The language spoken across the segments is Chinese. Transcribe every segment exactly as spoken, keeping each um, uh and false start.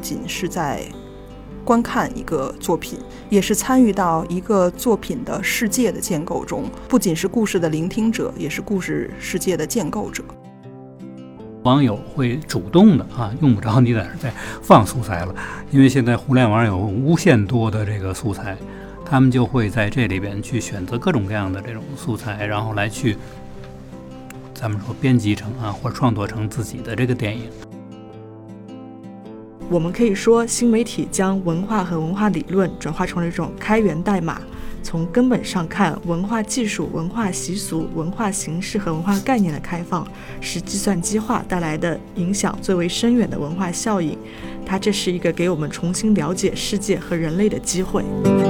仅是在观看一个作品，也是参与到一个作品的世界的建构中，不仅是故事的聆听者，也是故事世界的建构者。 网友会主动的啊，用不着你在这放素材了，因为现在互联网有无限多的这个素材，他们就会在这里边去选择各种各样的这种素材，然后来去咱们说编辑成啊，或者创作成自己的这个电影。 我们可以说，新媒体将文化和文化理论转化成了一种开源代码。从根本上看，文化技术、文化习俗、文化形式和文化概念的开放，是计算机化带来的影响最为深远的文化效应。它这是一个给我们重新了解世界和人类的机会。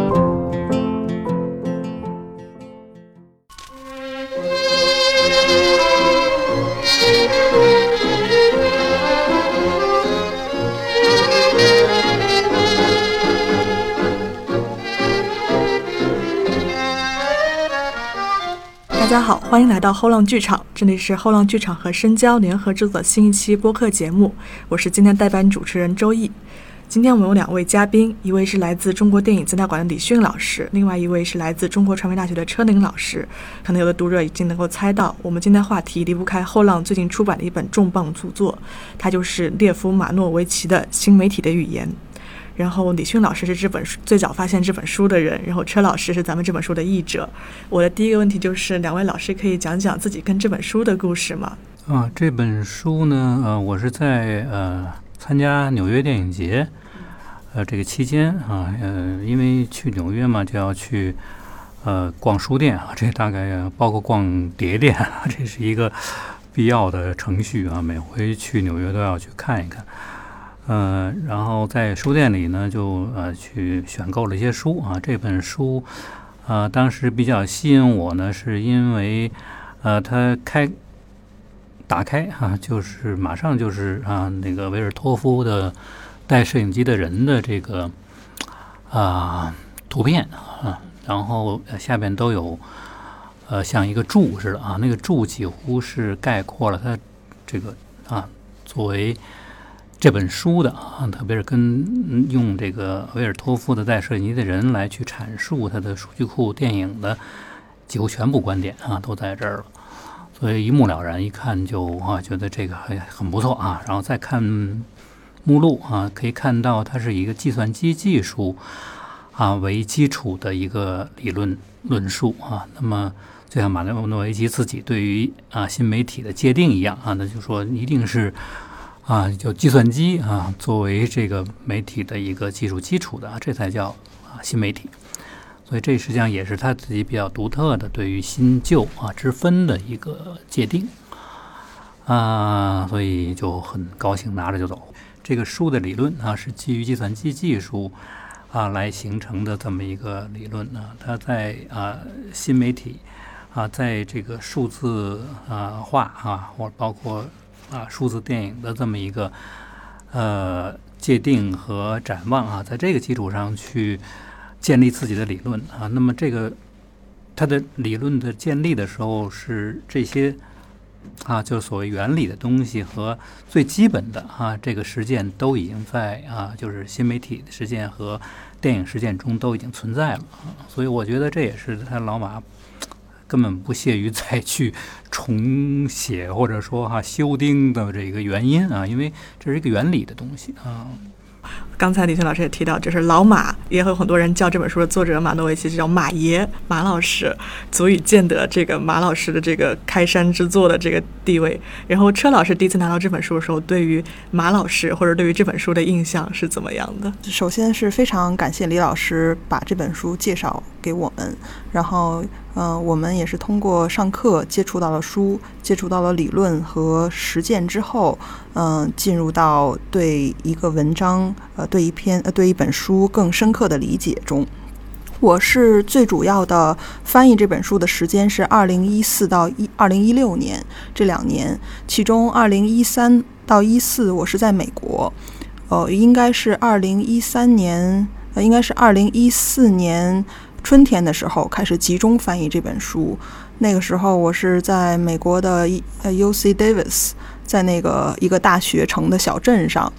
大家好，欢迎来到后浪剧场，这里是后浪剧场和深交联合制作的新一期播客节目，我是今天代班主持人周毅。今天我们有两位嘉宾，一位是来自中国电影资料馆的李迅老师，另外一位是来自中国传媒大学的车林老师。可能有的读者已经能够猜到，我们今天话题离不开后浪最近出版的一本重磅著作，它就是列夫·马诺维奇的《新媒体的语言》。然后李迅老师是这本书最早发现这本书的人，然后车老师是咱们这本书的译者。我的第一个问题就是，两位老师可以讲讲自己跟这本书的故事吗？ 啊，这本书呢，呃，我是在呃参加纽约电影节，呃这个期间啊，呃，因为去纽约嘛，就要去呃逛书店啊，这大概包括逛碟店，这是一个必要的程序啊，每回去纽约都要去看一看。呃，然后在书店里呢，就呃去选购了一些书啊。这本书，呃，当时比较吸引我呢，是因为呃，它开打开啊，就是马上就是啊，那个维尔托夫的带摄影机的人的这个啊图片啊，然后下边都有呃像一个注似的啊，那个注几乎是概括了它这个啊作为这本书的啊，特别是跟用这个维尔托夫的带摄影机的人来去阐述他的数据库电影的几乎全部观点啊，都在这儿了，所以一目了然，一看就啊觉得这个很很不错啊。然后再看目录啊，可以看到它是一个计算机技术啊为基础的一个理论论述啊。那么就像马诺维奇自己对于啊新媒体的界定一样啊，那就说一定是。啊，就计算机啊，作为这个媒体的一个技术基础的啊，这才叫啊新媒体。所以这实际上也是他自己比较独特的对于新旧啊之分的一个界定啊，所以就很高兴拿着就走。这个书的理论啊，是基于计算机技术啊来形成的这么一个理论啊，它在啊新媒体啊，在这个数字啊化啊，或包括啊，数字电影的这么一个呃界定和展望啊，在这个基础上去建立自己的理论啊。那么这个它的理论的建立的时候，是这些啊，就是所谓原理的东西和最基本的啊这个实践都已经在啊，就是新媒体的实践和电影实践中都已经存在了啊。所以我觉得这也是他老马根本不屑于再去重写或者说哈、啊、修订的这个原因啊，因为这是一个原理的东西啊。 刚才李迅老师也提到，就是老马，也有很多人叫这本书的作者马诺维奇叫马爷马老师，足以见得这个马老师的这个开山之作的这个地位。然后车老师第一次拿到这本书的时候，对于马老师或者对于这本书的印象是怎么样的？ 首先是非常感谢李老师把这本书介绍给我们，然后呃，我们也是通过上课接触到了书，接触到了理论和实践之后，嗯、呃，进入到对一个文章，呃，对一篇呃对一本书更深刻的理解中。我是最主要的翻译这本书的时间是二零一四到二零一六年这两年，其中二零一三到一四我是在美国，呃，应该是二零一三年，呃，应该是二零一四年。春天的时候开始集中翻译这本书，那个时候我是在美国的 U C Davis， 在那个一个大学城的小镇上，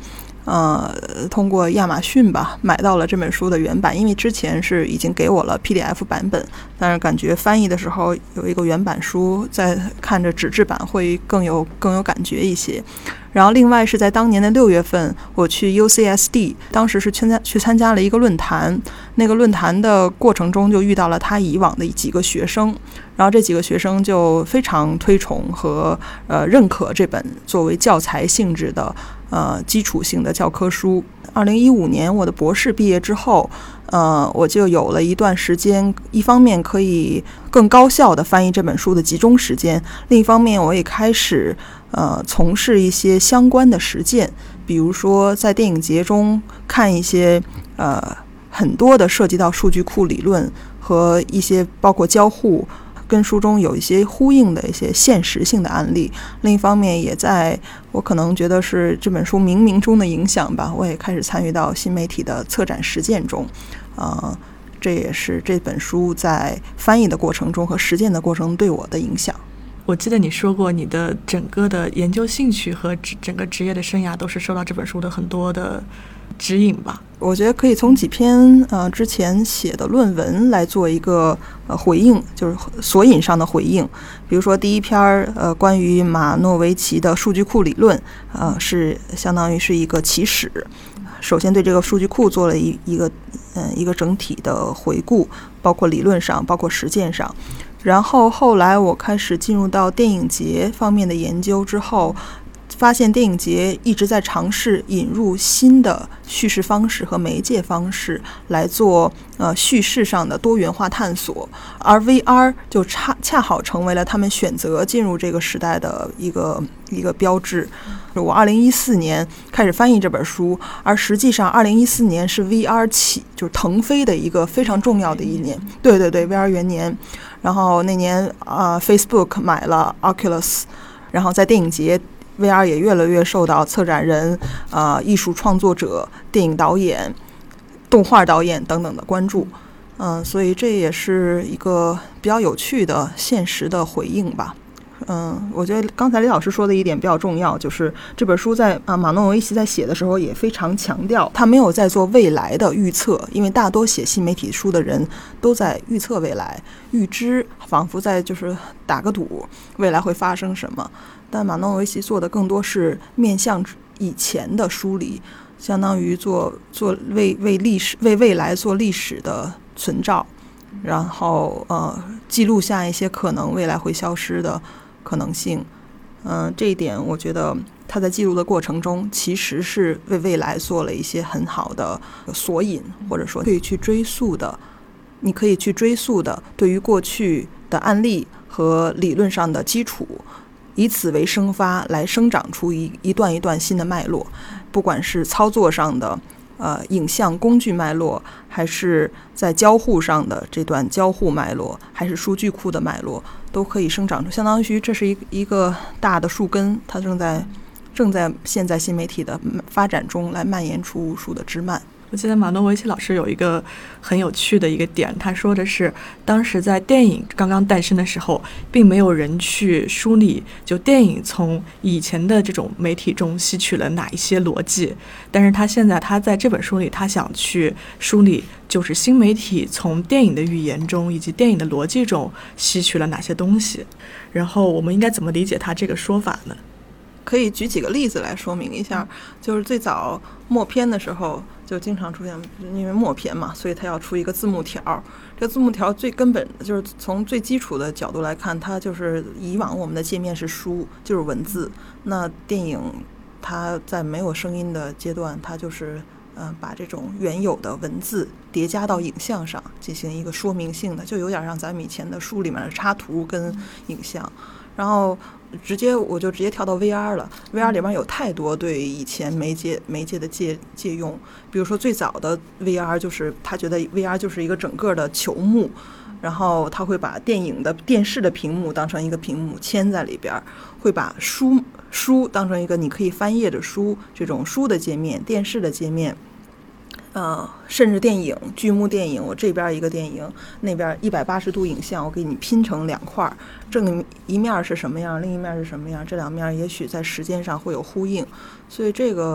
呃，通过亚马逊吧买到了这本书的原版，因为之前是已经给我了 P D F 版本，但是感觉翻译的时候有一个原版书，在看着纸质版会更有更有感觉一些。然后另外是在当年的六月份，我去 U C S D， 当时是去参加去参加了一个论坛，那个论坛的过程中就遇到了他以往的几个学生，然后这几个学生就非常推崇和呃认可这本作为教材性质的呃基础性的教科书。二零一五年我的博士毕业之后，呃，我就有了一段时间，一方面可以更高效地翻译这本书的集中时间，另一方面我也开始呃从事一些相关的实践，比如说在电影节中看一些呃很多的涉及到数据库理论和一些包括交互跟书中有一些呼应的一些现实性的案例，另一方面也在我可能觉得是这本书冥冥中的影响吧，我也开始参与到新媒体的策展实践中，呃，这也是这本书在翻译的过程中和实践的过程中对我的影响。 我记得你说过你的整个的研究兴趣和整个职业的生涯都是受到这本书的很多的指引吧。 我觉得可以从几篇呃之前写的论文来做一个呃回应，就是索引上的回应。比如说第一篇呃关于马诺维奇的数据库理论，呃是相当于是一个起始，首先对这个数据库做了一一个嗯、呃、一个整体的回顾，包括理论上，包括实践上。然后后来我开始进入到电影节方面的研究之后，发现电影节一直在尝试引入新的叙事方式和媒介方式来做呃叙事上的多元化探索，而 V R 就恰恰好成为了他们选择进入这个时代的一个一个标志。我二零一四年开始翻译这本书，而实际上二零一四年是 V R 起就是腾飞的一个非常重要的一年。对对对 ，V R 元年。然后那年啊、呃、，Facebook 买了 Oculus， 然后在电影节。V R 也越来越受到策展人、呃、艺术创作者、电影导演、动画导演等等的关注，嗯、呃，所以这也是一个比较有趣的现实的回应吧。嗯，我觉得刚才李老师说的一点比较重要，就是这本书在啊马诺维奇在写的时候也非常强调，他没有在做未来的预测，因为大多写新媒体书的人都在预测未来，预知，仿佛在就是打个赌未来会发生什么。但马诺维奇做的更多是面向以前的梳理，相当于做做为为历史为未来做历史的存照，然后呃记录下一些可能未来会消失的可能性。嗯、呃，这一点我觉得他在记录的过程中其实是为未来做了一些很好的索引，或者说可以去追溯的，你可以去追溯的对于过去的案例和理论上的基础，以此为生发来生长出一一段一段新的脉络，不管是操作上的呃影像工具脉络，还是在交互上的这段交互脉络，还是数据库的脉络，都可以生长出，相当于这是一一个大的树根，它正在正在现在新媒体的发展中来蔓延出无数的枝蔓。 我记得马诺维奇老师有一个很有趣的一个点，他说的是当时在电影刚刚诞生的时候，并没有人去梳理就电影从以前的这种媒体中吸取了哪一些逻辑，但是他现在他在这本书里他想去梳理就是新媒体从电影的语言中以及电影的逻辑中吸取了哪些东西，然后我们应该怎么理解他这个说法呢？ 可以举几个例子来说明一下，就是最早默片的时候就经常出现，因为默片嘛，所以它要出一个字幕条。这个字幕条最根本的就是从最基础的角度来看，它就是以往我们的界面是书，就是文字。那电影它在没有声音的阶段，它就是呃把这种原有的文字叠加到影像上进行一个说明性的，就有点像咱们以前的书里面的插图跟影像。然后直接我就直接跳到 V R 了 ，V R 里面有太多对以前媒介媒介的借借用，比如说最早的 V R 就是他觉得 V R 就是一个整个的球幕，然后他会把电影的电视的屏幕当成一个屏幕嵌在里边，会把书书当成一个你可以翻页的书，这种书的界面，电视的界面。呃，甚至电影剧目电影，我这边一个电影，那边一百八十度影像，我给你拼成两块，正一面是什么样，另一面是什么样，这两面也许在时间上会有呼应，所以这个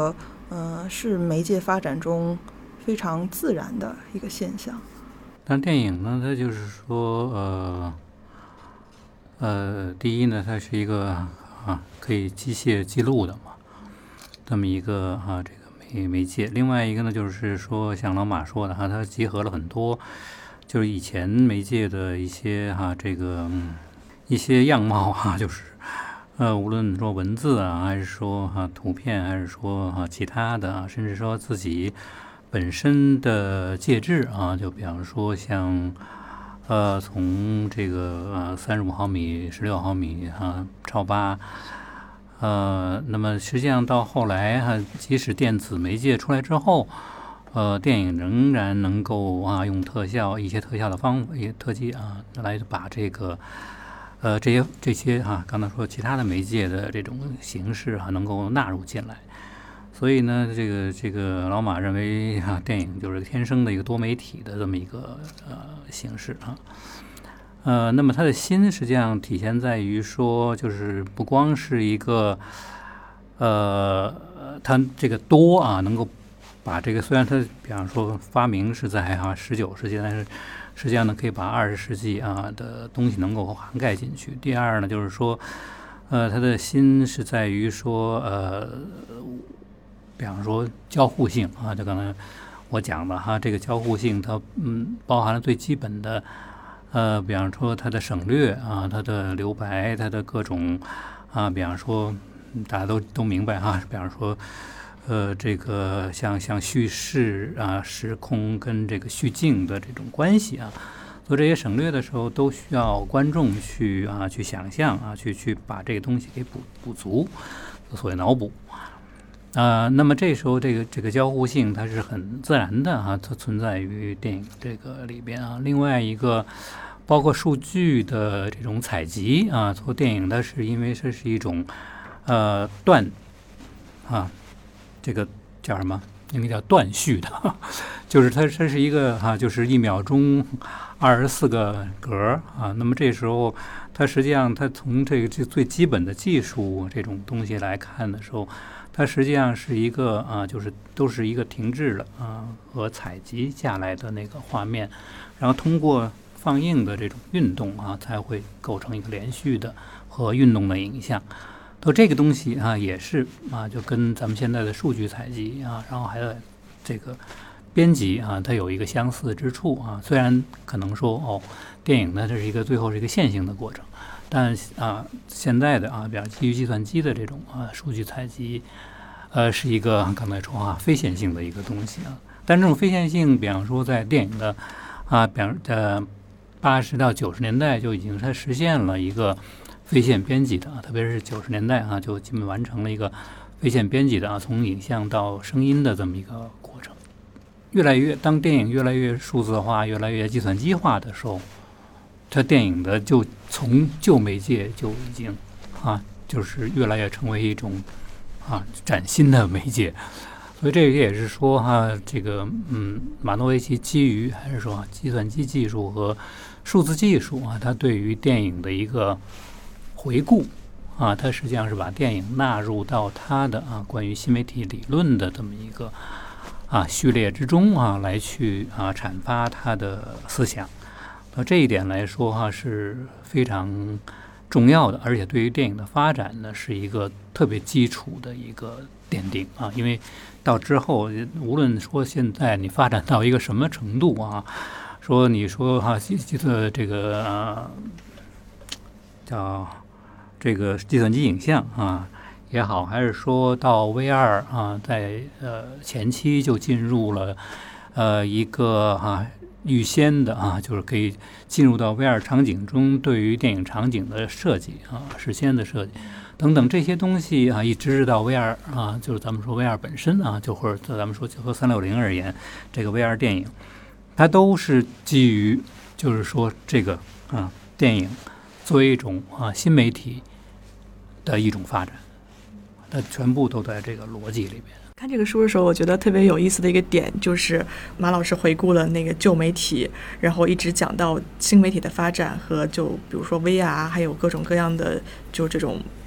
呃，是媒介发展中非常自然的一个现象。 但电影呢，它就是说，呃，呃，第一呢，它是一个啊可以机械记录的嘛，这么一个啊这个媒媒介。另外一个呢，就是说像老马说的哈，它结合了很多就是以前媒介的一些哈、啊、这个、嗯、一些样貌哈、啊，就是呃无论说文字啊，还是说哈、啊、图片，还是说哈、啊、其他的啊，甚至说自己本身的介质啊，就比方说像呃从这个呃三十五毫米、十六毫米啊超八，呃，那么实际上到后来哈、啊，即使电子媒介出来之后，呃，电影仍然能够啊用特效一些特效的方法、一些特技啊来把这个呃这些这些哈、啊，刚才说其他的媒介的这种形式啊能够纳入进来。所以呢，这个这个老马认为啊，电影就是天生的一个多媒体的这么一个呃形式啊，呃，那么它的新实际上体现在于说，就是不光是一个呃，它这个多啊，能够把这个虽然它比方说发明是在啊十九世纪，但是实际上呢，可以把二十世纪啊的东西能够涵盖进去。第二呢，就是说，呃，它的新是在于说，呃。比方说交互性啊，就刚才我讲的哈，这个交互性它嗯包含了最基本的呃，比方说它的省略啊，它的留白，它的各种啊，比方说大家都都明白哈，比方说呃这个像像叙事啊、时空跟这个叙境的这种关系啊，做这些省略的时候，都需要观众去啊去想象啊，去去把这个东西给补补足，所谓脑补。啊、呃，那么这时候这个这个交互性它是很自然的啊，它存在于电影这个里边啊。另外一个，包括数据的这种采集啊，做电影它是因为这是一种呃断啊，这个叫什么？应该叫断续的，就是它这是一个哈、啊，就是一秒钟二十四个格啊。那么这时候它实际上它从这个最基本的技术这种东西来看的时候。它实际上是一个啊，就是都是一个停滞的啊和采集下来的那个画面，然后通过放映的这种运动啊，才会构成一个连续的和运动的影像。તો这个东西啊，也是啊，就跟咱们现在的数据采集啊，然后还有这个编辑啊，它有一个相似之处啊。虽然可能说哦，电影呢这是一个最后是一个线性的过程。但啊，现在的啊，比方基于计算机的这种啊数据采集，呃，是一个刚才说啊非线性的一个东西啊。但这种非线性，比方说在电影的啊，比方在八十到九十年代就已经它实现了一个非线编辑的啊，特别是九十年代啊，就基本完成了一个非线编辑的啊，从影像到声音的这么一个过程。越来越当电影越来越数字化、越来越计算机化的时候。它电影的就从旧媒介就已经啊，就是越来越成为一种啊崭新的媒介，所以这个也是说哈、啊，这个嗯，马诺维奇基于还是说计算机技术和数字技术啊，它对于电影的一个回顾啊，它实际上是把电影纳入到它的啊关于新媒体理论的这么一个啊序列之中啊，来去啊阐发它的思想。那这一点来说哈是非常重要的，而且对于电影的发展呢是一个特别基础的一个奠定啊。因为到之后，无论说现在你发展到一个什么程度啊，说你说哈计计算这个、呃、叫这个计算机影像啊也好，还是说到 V R 啊，在呃前期就进入了呃一个哈。啊预先的啊，就是可以进入到 V R 场景中，对于电影场景的设计啊，事先的设计等等这些东西啊，一直到 V R 啊，就是咱们说 V R 本身啊，就或者咱们说就和三六零而言，这个 V R 电影它都是基于就是说这个啊电影作为一种啊新媒体的一种发展，它全部都在这个逻辑里边。 看这个书的时候，我觉得特别有意思的一个点就是马老师回顾了那个旧媒体，然后一直讲到新媒体的发展和就比如说 V R 还有各种各样的就这种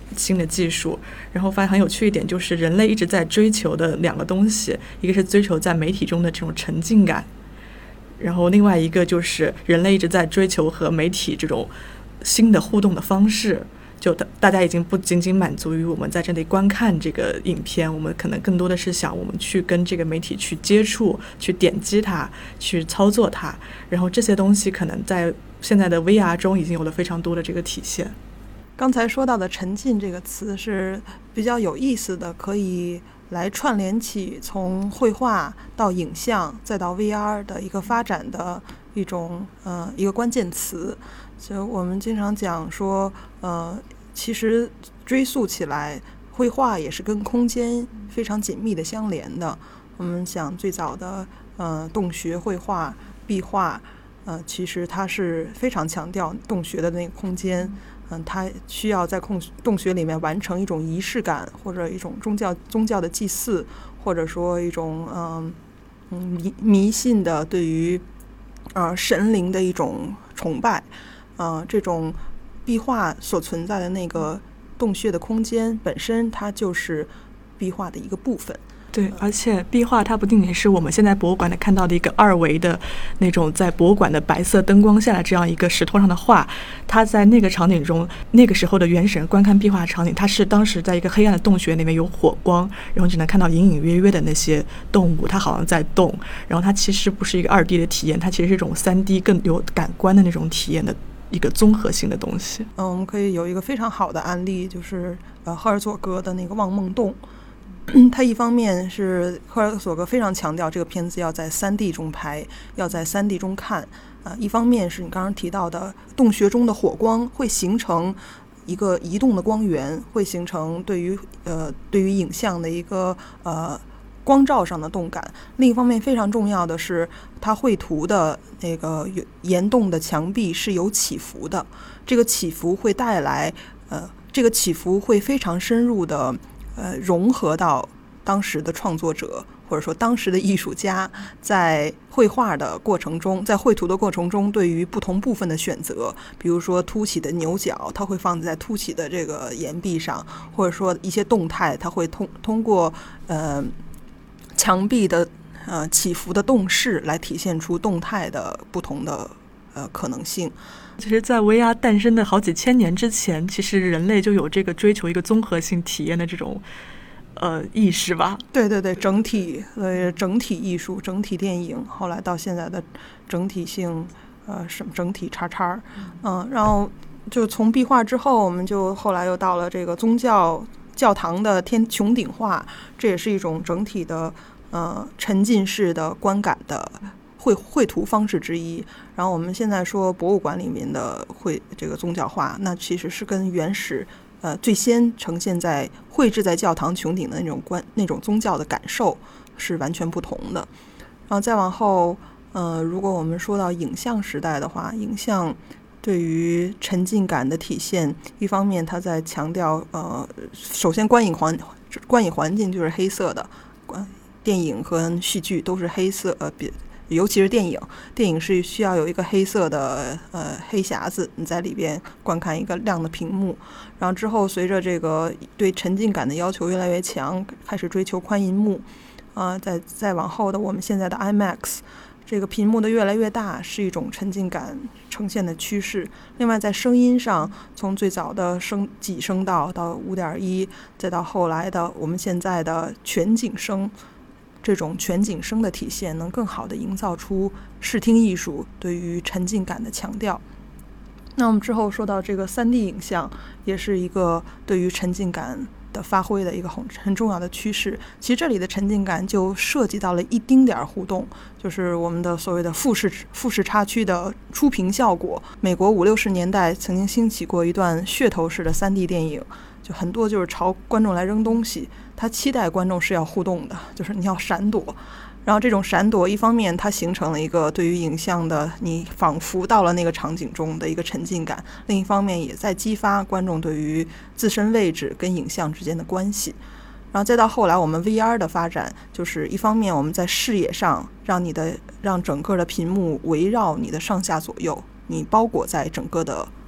新的技术，然后发现很有趣一点就是人类一直在追求的两个东西，一个是追求在媒体中的这种沉浸感，然后另外一个就是人类一直在追求和媒体这种新的互动的方式。就大家已经不仅仅满足于我们在这里观看这个影片，我们可能更多的是想我们去跟这个媒体去接触，去点击它，去操作它，然后这些东西可能在现在的 V R 中已经有了非常多的这个体现。 刚才说到的沉浸这个词是比较有意思的，可以来串联起从绘画到影像再到 V R 的一个发展的一种呃一个关键词。就我们经常讲说呃其实追溯起来绘画也是跟空间非常紧密的相连的。我们想最早的呃洞穴绘画壁画呃其实它是非常强调洞穴的那个空间，嗯，它需要在空洞穴里面完成一种仪式感，或者一种宗教宗教的祭祀，或者说一种嗯嗯迷迷信的对于呃神灵的一种崇拜。呃，这种壁画所存在的那个洞穴的空间本身，它就是壁画的一个部分。 对，而且壁画它不仅仅是我们现在博物馆的看到的一个二维的那种在博物馆的白色灯光下的这样一个石头上的画，它在那个场景中，那个时候的原始人观看壁画场景，它是当时在一个黑暗的洞穴里面有火光，然后只能看到隐隐约约的那些动物，它好像在动，然后它其实不是一个二 D 的体验，它其实是一种三 D 更有感官的那种体验的一个综合性的东西。 嗯，我们可以有一个非常好的案例，就是呃赫尔佐格的那个《望梦洞》。它一方面是赫尔佐格非常强调这个片子要在 三 D 中拍，要在 三 D 中看，呃，一方面是你刚刚提到的洞穴中的火光会形成一个移动的光源，会形成对于呃对于影像的一个呃光照上的动感。另一方面非常重要的是，它绘图的那个岩洞的墙壁是有起伏的，这个起伏会带来呃这个起伏会非常深入的呃，融合到当时的创作者或者说当时的艺术家在绘画的过程中，在绘图的过程中对于不同部分的选择，比如说凸起的牛角它会放在凸起的这个岩壁上，或者说一些动态它会通通过呃墙壁的呃起伏的动势来体现出动态的不同的呃可能性。 其实在 V R 诞生的好几千年之前，其实人类就有这个追求一个综合性体验的这种呃意识吧。 对对对，整体呃整体艺术、整体电影，后来到现在的整体性呃什么整体叉叉，嗯、呃，然后就从壁画之后，我们就后来又到了这个宗教教堂的天穹顶画，这也是一种整体的呃沉浸式的观感的绘绘图方式之一。然后我们现在说博物馆里面的绘这个宗教画，那其实是跟原始呃最先呈现在绘制在教堂穹顶的那种观那种宗教的感受是完全不同的。然后再往后，呃，如果我们说到影像时代的话，影像对于沉浸感的体现，一方面它在强调呃，首先观影环观影环境就是黑色的，电影和戏剧都是黑色呃比。尤其是电影，电影是需要有一个黑色的呃黑匣子，你在里边观看一个亮的屏幕。然后之后随着这个对沉浸感的要求越来越强，开始追求宽银幕，啊、呃，再再往后的我们现在的 IMAX， 这个屏幕的越来越大是一种沉浸感呈现的趋势。另外在声音上，从最早的声几声道到 五点一， 再到后来的我们现在的全景声。这种全景声的体现能更好地营造出视听艺术对于沉浸感的强调。那我们之后说到这个 三 D 影像，也是一个对于沉浸感的发挥的一个很很重要的趋势。其实这里的沉浸感就涉及到了一丁点互动，就是我们的所谓的富士富士插区的出屏效果。美国五六十年代曾经兴起过一段噱头式的 三 D 电影，就很多就是朝观众来扔东西，他期待观众是要互动的，就是你要闪躲。然后这种闪躲，一方面它形成了一个对于影像的你仿佛到了那个场景中的一个沉浸感，另一方面也在激发观众对于自身位置跟影像之间的关系。然后再到后来我们 V R 的发展，就是一方面我们在视野上让你的让整个的屏幕围绕你的上下左右，你包裹在整个的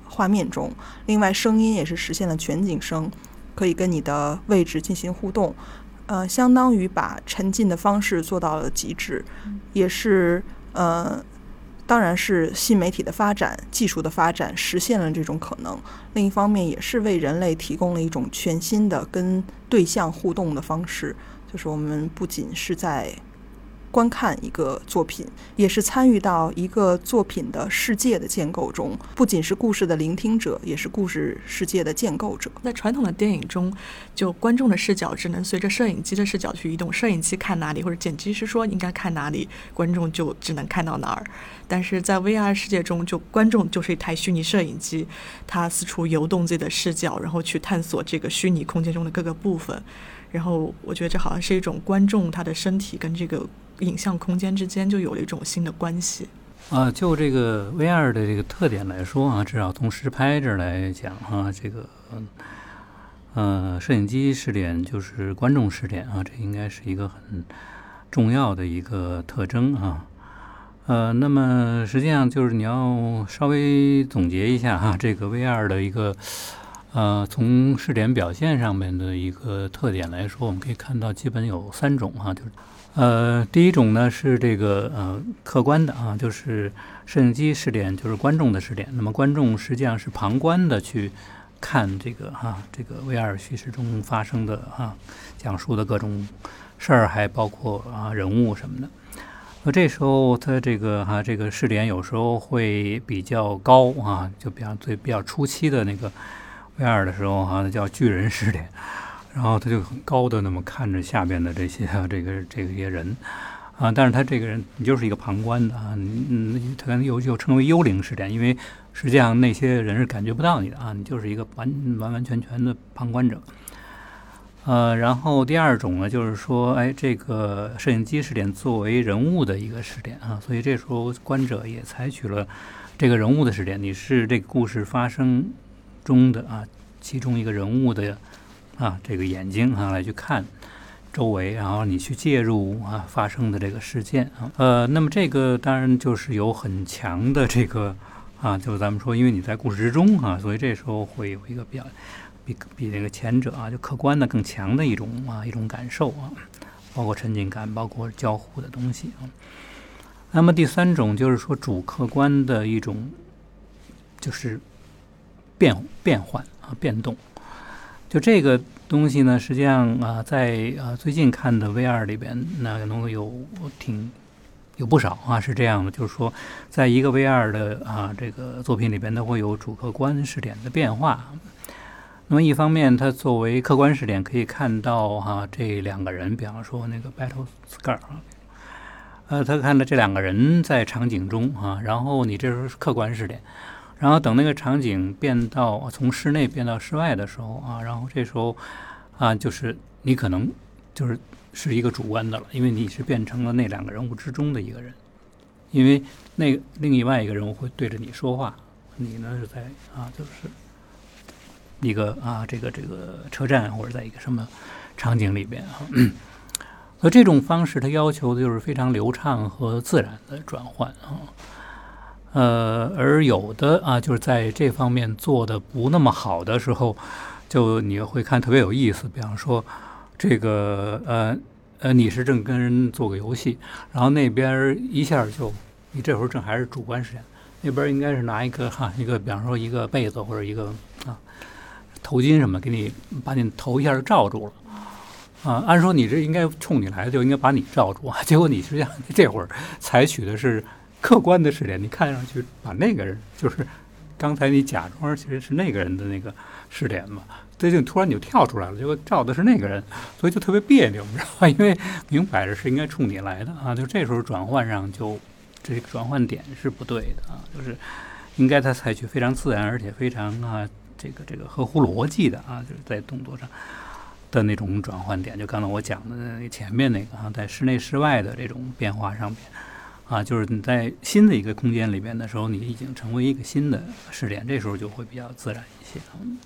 画面中。另外声音也是实现了全景声，可以跟你的位置进行互动，呃，相当于把沉浸的方式做到了极致，也是呃，当然是新媒体的发展、技术的发展实现了这种可能。另一方面，也是为人类提供了一种全新的跟对象互动的方式，就是我们不仅是在观看一个作品，也是参与到一个作品的世界的建构中，不仅是故事的聆听者，也是故事世界的建构者。 在传统的电影中，就观众的视角只能随着摄影机的视角去移动，摄影机看哪里，或者剪辑师说应该看哪里，观众就只能看到哪儿。但是在 V R 世界中，就观众就是一台虚拟摄影机，它四处游动自己的视角，然后去探索这个虚拟空间中的各个部分。然后我觉得这好像是一种观众他的身体跟这个影像空间之间就有了一种新的关系。 啊，就这个 V R 的这个特点来说啊，至少从实拍这儿来讲啊，这个呃摄影机视点就是观众视点啊，这应该是一个很重要的一个特征啊。呃，那么实际上就是你要稍微总结一下哈、啊，这个 V R 的一个呃从视点表现上面的一个特点来说，我们可以看到基本有三种哈、啊，就是。呃，第一种呢是这个呃客观的啊，就是摄影机视点，就是观众的视点。那么观众实际上是旁观的去看这个哈、啊，这个 V R 叙事中发生的啊，讲述的各种事儿，还包括啊人物什么的。那这时候它这个哈、啊、这个视点有时候会比较高啊，就比方最比较初期的那个 V R 的时候哈、啊，叫巨人视点。然后他就很高的那么看着下边的这些这个这些人啊，但是他这个人你就是一个旁观的啊，嗯，他可能又又称为幽灵视点，因为实际上那些人是感觉不到你的啊，你就是一个完完完全全的旁观者。呃，然后第二种呢，就是说，哎，这个摄影机视点作为人物的一个视点啊，所以这时候观者也采取了这个人物的视点，你是这个故事发生中的啊其中一个人物的。啊，这个眼睛啊，来去看周围，然后你去介入啊发生的这个事件啊，呃，那么这个当然就是有很强的这个啊，就咱们说，因为你在故事之中啊，所以这时候会有一个比较比比那个前者啊，就客观的更强的一种啊一种感受啊，包括沉浸感，包括交互的东西啊。那么第三种就是说主客观的一种就是变变换啊变动。就这个东西呢，实际上啊，在啊最近看的 V R 里边，那可能有挺有不少啊是这样的，就是说，在一个 V R 的啊这个作品里边，它会有主客观视点的变化。那么一方面，它作为客观视点，可以看到哈、啊、这两个人，比方说那个 Battle Scar 啊，呃，他看到这两个人在场景中啊，然后你这时候是客观视点。然后等那个场景变到从室内变到室外的时候啊，然后这时候啊，就是你可能就是是一个主观的了，因为你是变成了那两个人物之中的一个人，因为那个另外一个人物会对着你说话，你呢是在啊，就是一个啊这个这个车站或者在一个什么场景里边啊，所以这种方式它要求的就是非常流畅和自然的转换啊。呃，而有的啊，就是在这方面做的不那么好的时候，就你会看特别有意思。比方说，这个呃呃，你是正跟人做个游戏，然后那边一下就，你这会儿正还是主观视点，那边应该是拿一个哈一个，比方说一个被子或者一个啊头巾什么，给你把你头一下就罩住了。啊，按说你这应该冲你来的，就应该把你罩住啊，结果你实际上这会儿采取的是客观的视点，你看上去把那个人就是刚才你假装其实是那个人的那个视点嘛，这就突然你就跳出来了，结果照的是那个人，所以就特别别扭，你知道吧？因为明摆着是应该冲你来的啊，就这时候转换上就这个转换点是不对的啊，就是应该他采取非常自然而且非常啊这个这个合乎逻辑的啊，就是在动作上的那种转换点，就刚才我讲的前面那个啊，在室内室外的这种变化上面。啊，就是你在新的一个空间里边的时候，你已经成为一个新的视点，这时候就会比较自然一些。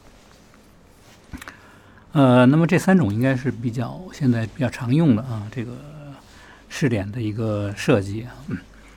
呃，那么这三种应该是比较现在比较常用的啊，这个视点的一个设计啊。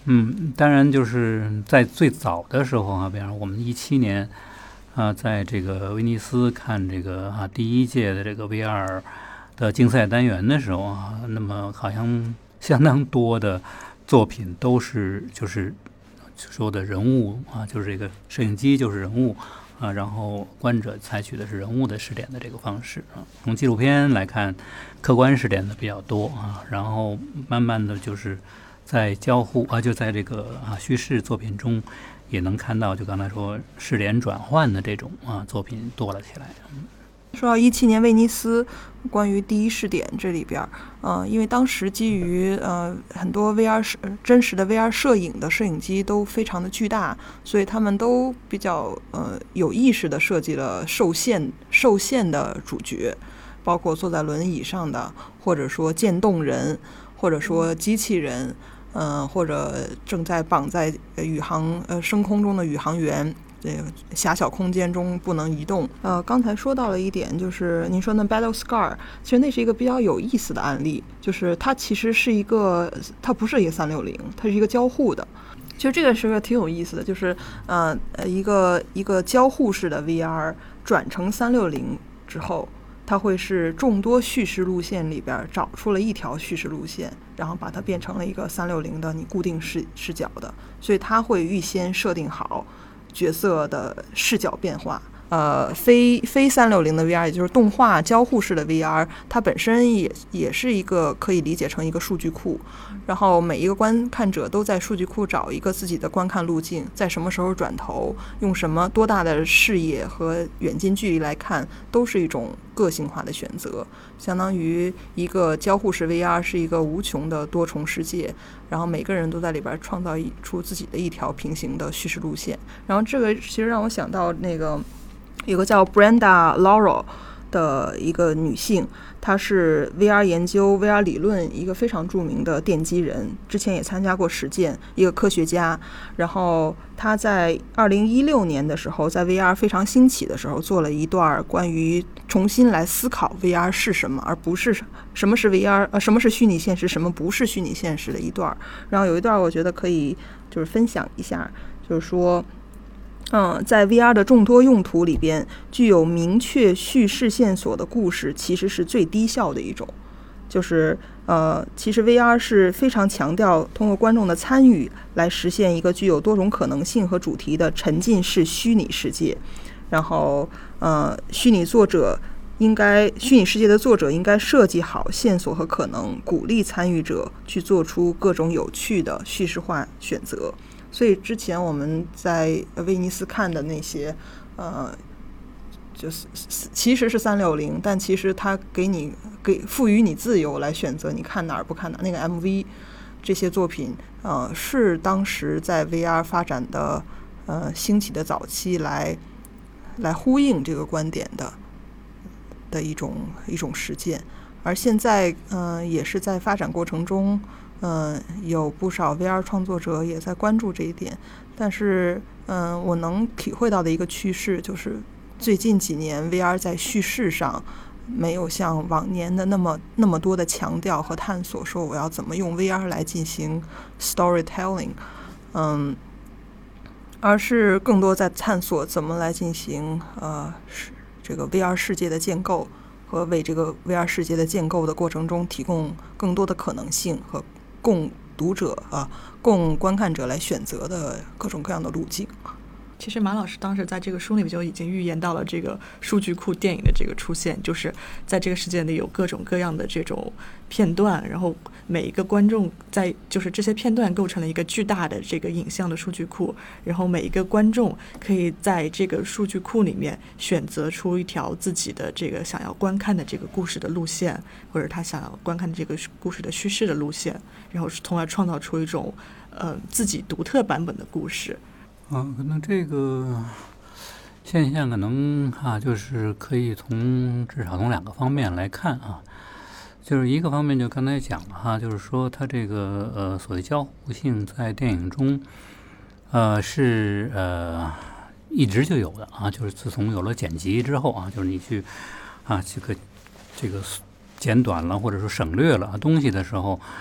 嗯，当然就是在最早的时候啊，比方我们一七年啊，在这个威尼斯看这个啊第一届的这个 V R 的竞赛单元的时候啊，那么好像相当多的作品都是就是说的人物啊，就是这个摄影机就是人物啊，然后观者采取的是人物的视点的这个方式啊。从纪录片来看，客观视点的比较多啊，然后慢慢的就是在交互啊，就在这个啊叙事作品中，也能看到，就刚才说视点转换的这种啊作品多了起来。嗯、 说到一七年威尼斯，关于第一视点这里边，呃，因为当时基于呃很多 V R 真实的 V R 摄影的摄影机都非常的巨大，所以他们都比较呃有意识的设计了受限受限的主角，包括坐在轮椅上的，或者说渐冻人，或者说机器人。嗯、呃，或者正在绑在宇航呃升空中的宇航员，这个狭小空间中不能移动。呃，刚才说到了一点，就是您说那 Battle Scar， 其实那是一个比较有意思的案例，就是它其实是一个，它不是一个三六零，它是一个交互的。其实这个是个挺有意思的，就是呃呃一个一个交互式的 V R 转成三六零之后。它会是众多叙事路线里边找出了一条叙事路线，然后把它变成了一个三六零的你固定视视角的，所以它会预先设定好角色的视角变化。呃，非非三六零的 V R， 也就是动画交互式的 V R， 它本身也也是一个可以理解成一个数据库，然后每一个观看者都在数据库找一个自己的观看路径，在什么时候转头，用什么多大的视野和远近距离来看，都是一种个性化的选择。相当于一个交互式 V R 是一个无穷的多重世界，然后每个人都在里边创造出自己的一条平行的叙事路线。然后这个其实让我想到那个。有个叫 Brenda Laurel 的一个女性，她是 V R 研究 V R 理论一个非常著名的奠基人，之前也参加过实践，一个科学家。然后她在二零一六年的时候，在 V R 非常兴起的时候，做了一段关于重新来思考 V R 是什么，而不是什么是 V R， 呃，什么是虚拟现实，什么不是虚拟现实的一段。然后有一段我觉得可以就是分享一下，就是说。嗯，在 V R 的众多用途里边，具有明确叙事线索的故事其实是最低效的一种。就是呃，其实 V R 是非常强调通过观众的参与来实现一个具有多种可能性和主题的沉浸式虚拟世界。然后呃，虚拟作者应该虚拟世界的作者应该设计好线索和可能，鼓励参与者去做出各种有趣的叙事化选择。所以之前我们在威尼斯看的那些，呃，就是其实是三六零，但其实它给你给赋予你自由来选择你看哪儿不看哪儿。那个 M V 这些作品，呃，是当时在 V R 发展的呃兴起的早期来来呼应这个观点的的一种一种实践。而现在，嗯、呃，也是在发展过程中。嗯，有不少 V R 创作者也在关注这一点，但是，嗯，我能体会到的一个趋势就是，最近几年 V R 在叙事上没有像往年的那么那么多的强调和探索，说我要怎么用 V R 来进行 storytelling， 嗯，而是更多在探索怎么来进行呃这个 V R 世界的建构和为这个 V R 世界的建构的过程中提供更多的可能性和。供读者啊，供观看者来选择的各种各样的路径。 其实马老师当时在这个书里就已经预言到了这个数据库电影的这个出现，就是在这个世界里有各种各样的这种片段，然后每一个观众在就是这些片段构成了一个巨大的这个影像的数据库，然后每一个观众可以在这个数据库里面选择出一条自己的这个想要观看的这个故事的路线，或者他想要观看这个故事的叙事的路线，然后从而创造出一种呃自己独特版本的故事。 嗯，可能这个现象可能啊，就是可以从至少从两个方面来看啊，就是一个方面就刚才讲了哈，就是说它这个呃所谓交互性在电影中呃是呃一直就有的啊，就是自从有了剪辑之后啊，就是你去啊这个这个剪短了或者说省略了东西的时候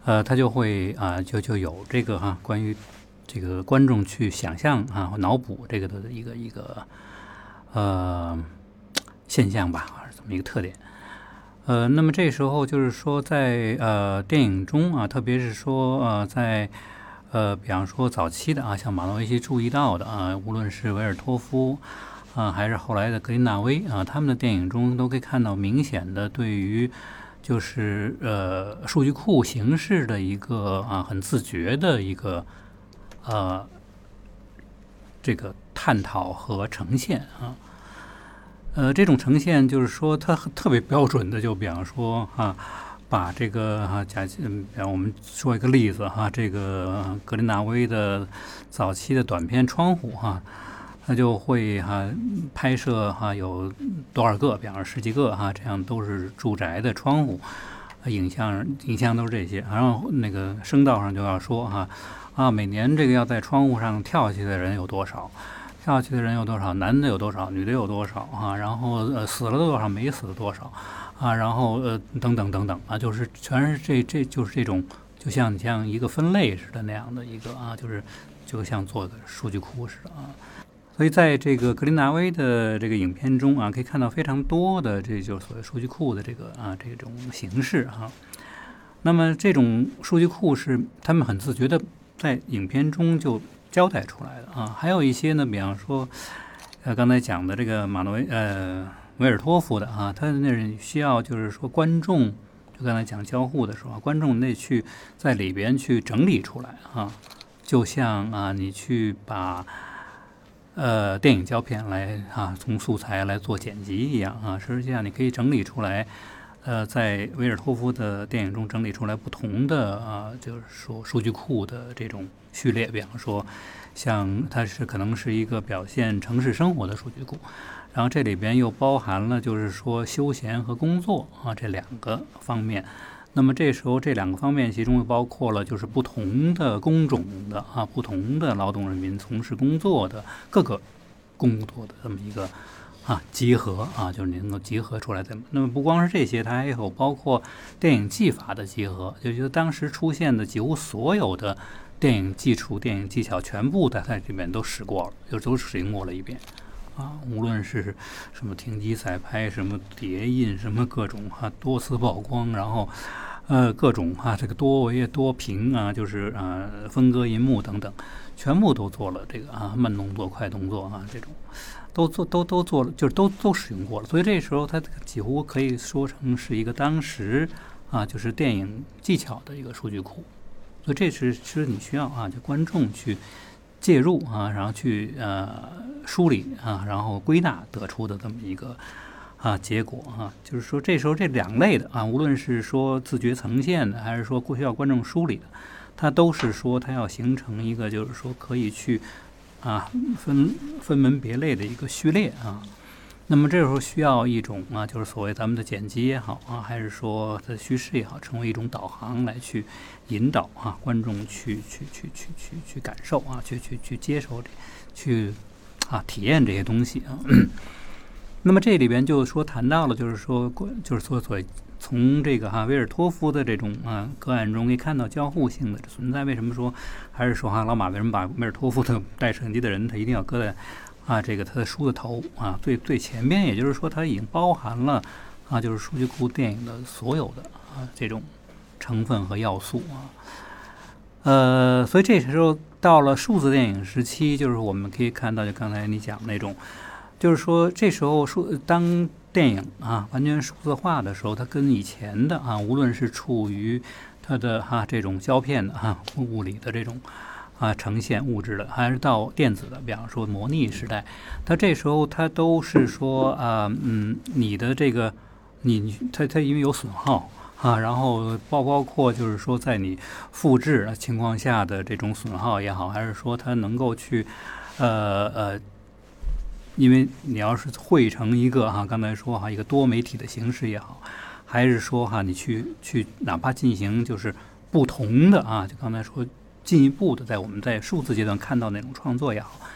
呃，它就会啊、就就有这个哈、啊，关于这个观众去想象啊、脑补这个的一个一个呃现象吧，这么一个特点。呃，那么这时候就是说在，呃电影中啊，特别是说呃在呃比方说早期的啊，像马诺维奇注意到的啊，无论是维尔托夫啊，还是后来的格林纳威啊，他们的电影中都可以看到明显的对于就是呃数据库形式的一个啊很自觉的一个呃这个探讨和呈现啊。呃，这种呈现就是说，它特别标准的，就比方说啊，把这个哈、啊，假嗯，比方我们说一个例子哈、啊，这个格林纳威的早期的短片《窗户》哈，它就会哈、啊、拍摄哈、啊、有多少个，比方说十几个哈、啊，这样都是住宅的窗户，啊、影像影像都是这些，然后那个声道上就要说哈 啊, 啊，每年这个要在窗户上跳下去的人有多少。跳下去的人有多少？男的有多少？女的有多少？啊，然后呃死了多少？没死的多少？啊，然后呃等等等等啊，就是全是这这就是这种，就像你像一个分类似的那样的一个啊，就是就像做个数据库似的啊。所以在这个格林纳威的这个影片中啊，可以看到非常多的这就是所谓数据库的这个啊这种形式哈、啊。那么这种数据库是他们很自觉的在影片中就交代出来的啊，还有一些呢，比方说，呃，刚才讲的这个马诺维呃维尔托夫的啊，他那需要就是说观众，就刚才讲交互的时候，观众得去在里边去整理出来啊，就像啊你去把呃电影胶片来啊从素材来做剪辑一样啊，实际上你可以整理出来。呃，在维尔托夫的电影中整理出来不同的啊，就是说数据库的这种序列，比方说，像它是可能是一个表现城市生活的数据库，然后这里边又包含了就是说休闲和工作啊这两个方面。那么这时候这两个方面其中又包括了就是不同的工种的啊，不同的劳动人民从事工作的各个工作的这么一个。啊，集合啊，就是能够集合出来的。那么不光是这些，它还有包括电影技法的集合，也就是当时出现的几乎所有的电影技术、电影技巧，全部在它这边都使过了，就都使用过了一遍。啊，无论是什么停机彩拍、什么叠印、什么各种哈、啊、多次曝光，然后呃各种哈、啊、这个多维多屏啊，就是呃分割银幕等等，全部都做了这个啊慢动作、快动作啊这种。都做都都做了，就是都都使用过了，所以这时候它几乎可以说成是一个当时啊，就是电影技巧的一个数据库。所以这是其实你需要啊，就观众去介入啊，然后去呃梳理啊，然后归纳得出的这么一个啊结果啊，就是说这时候这两类的啊，无论是说自觉呈现的，还是说需要观众梳理的，它都是说它要形成一个就是说可以去。啊，分分门别类的一个序列啊，那么这时候需要一种啊，就是所谓咱们的剪辑也好啊，还是说的叙事也好，成为一种导航来去引导啊观众去去去去去去感受啊，去去去接受，去啊体验这些东西啊。那么这里边就说谈到了，就是说就是说所谓。从这个哈、啊、维尔托夫的这种啊个案中可以看到交互性的存在。为什么说还是说哈、啊、老马为什么把维尔托夫的带摄影机的人他一定要搁在啊这个他的书的头啊最最前边，也就是说它已经包含了啊就是数据库电影的所有的啊这种成分和要素啊。呃，所以这时候到了数字电影时期，就是我们可以看到就刚才你讲那种，就是说这时候数当电影啊完全数字化的时候，它跟以前的啊，无论是处于它的哈、啊、这种胶片的哈、啊、物理的这种啊呈现物质的，还是到电子的，比方说模拟时代，它这时候它都是说啊嗯你的这个你它它因为有损耗啊，然后包包括就是说在你复制情况下的这种损耗也好，还是说它能够去呃呃。因为你要是汇成一个哈，刚才说哈一个多媒体的形式也好，还是说哈你去去哪怕进行就是不同的啊，就刚才说进一步的在我们在数字阶段看到那种创作也好，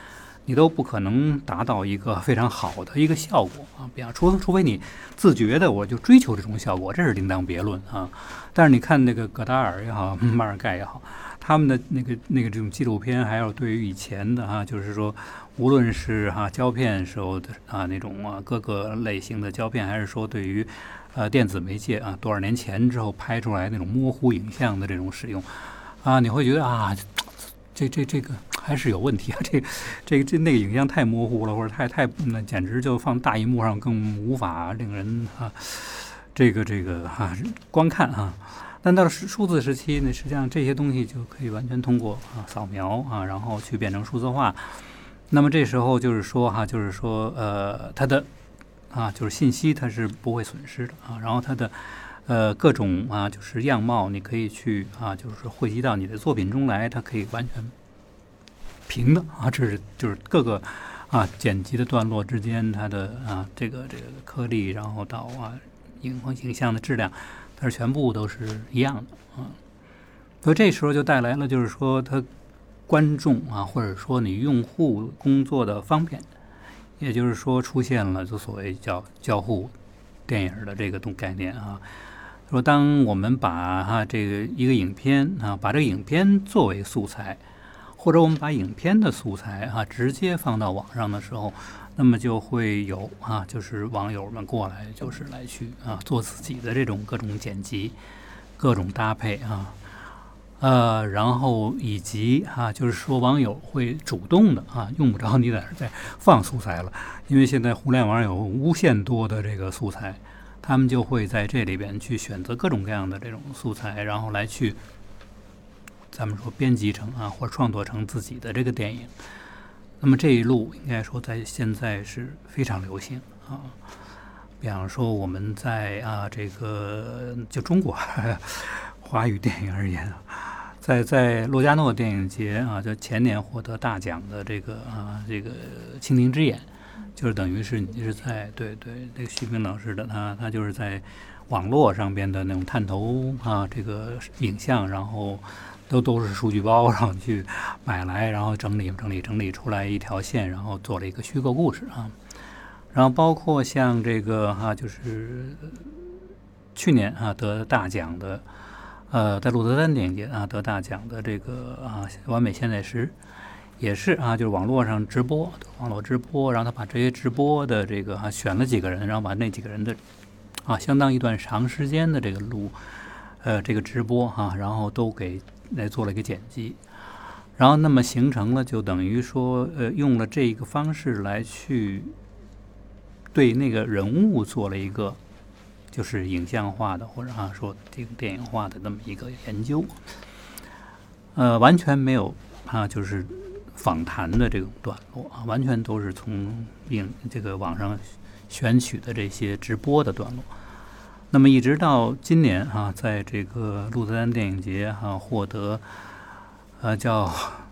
你都不可能达到一个非常好的一个效果啊，比方除除非你自觉的我就追求这种效果，这是另当别论啊。但是你看那个戈达尔也好，马尔盖也好，他们的那个那个这种纪录片，还有对于以前的啊，就是说无论是哈、啊、胶片时候的啊那种啊各个类型的胶片，还是说对于呃电子媒介啊多少年前之后拍出来那种模糊影像的这种使用啊，你会觉得啊。这这这个还是有问题啊！这这个这那个影像太模糊了，或者太太那简直就放大荧幕上更无法令人啊，这个这个哈、啊、观看啊。但到了数字时期呢，实际上这些东西就可以完全通过啊扫描啊，然后去变成数字化。那么这时候就是说哈、啊，就是说呃，它的啊就是信息它是不会损失的啊，然后它的。呃，各种啊，就是样貌，你可以去啊，就是汇集到你的作品中来，它可以完全平的啊，这是就是各个啊剪辑的段落之间，它的啊这个这个颗粒，然后到啊影影像的质量，它是全部都是一样的啊。所以这时候就带来了，就是说它观众啊，或者说你用户工作的方便，也就是说出现了就所谓叫交互电影的这个东概念啊。说当我们把哈、啊、这个一个影片啊，把这个影片作为素材，或者我们把影片的素材啊直接放到网上的时候，那么就会有啊，就是网友们过来，就是来去啊做自己的这种各种剪辑、各种搭配啊，呃，然后以及啊，就是说网友会主动的啊，用不着你在这再放素材了，因为现在互联网有无限多的这个素材。他们就会在这里边去选择各种各样的这种素材，然后来去咱们说编辑成啊，或者创作成自己的这个电影。那么这一路应该说在现在是非常流行啊。比方说我们在啊这个就中国华语电影而言，在在洛迦诺电影节啊，就前年获得大奖的这个啊这个蜻蜓之眼。就是等于是你是在对对这个徐冰老师的他他就是在网络上边的那种探头啊这个影像，然后都都是数据包，然后去买来，然后整理整理整理出来一条线，然后做了一个虚构故事啊。然后包括像这个哈、啊，就是去年啊得大奖的，呃，在鹿特丹电影节啊得大奖的这个啊完美现在时。也是啊，就是网络上直播，网络直播，然后他把这些直播的这个啊选了几个人，然后把那几个人的啊相当一段长时间的这个录，呃这个直播哈、啊，然后都给来做了一个剪辑，然后那么形成了就等于说呃用了这个方式来去对那个人物做了一个就是影像化的或者啊说这个电影化的那么一个研究，呃完全没有啊就是。访谈的这种段落啊，完全都是从影这个网上选取的这些直播的段落。那么一直到今年啊，在这个鹿特丹电影节啊获得呃叫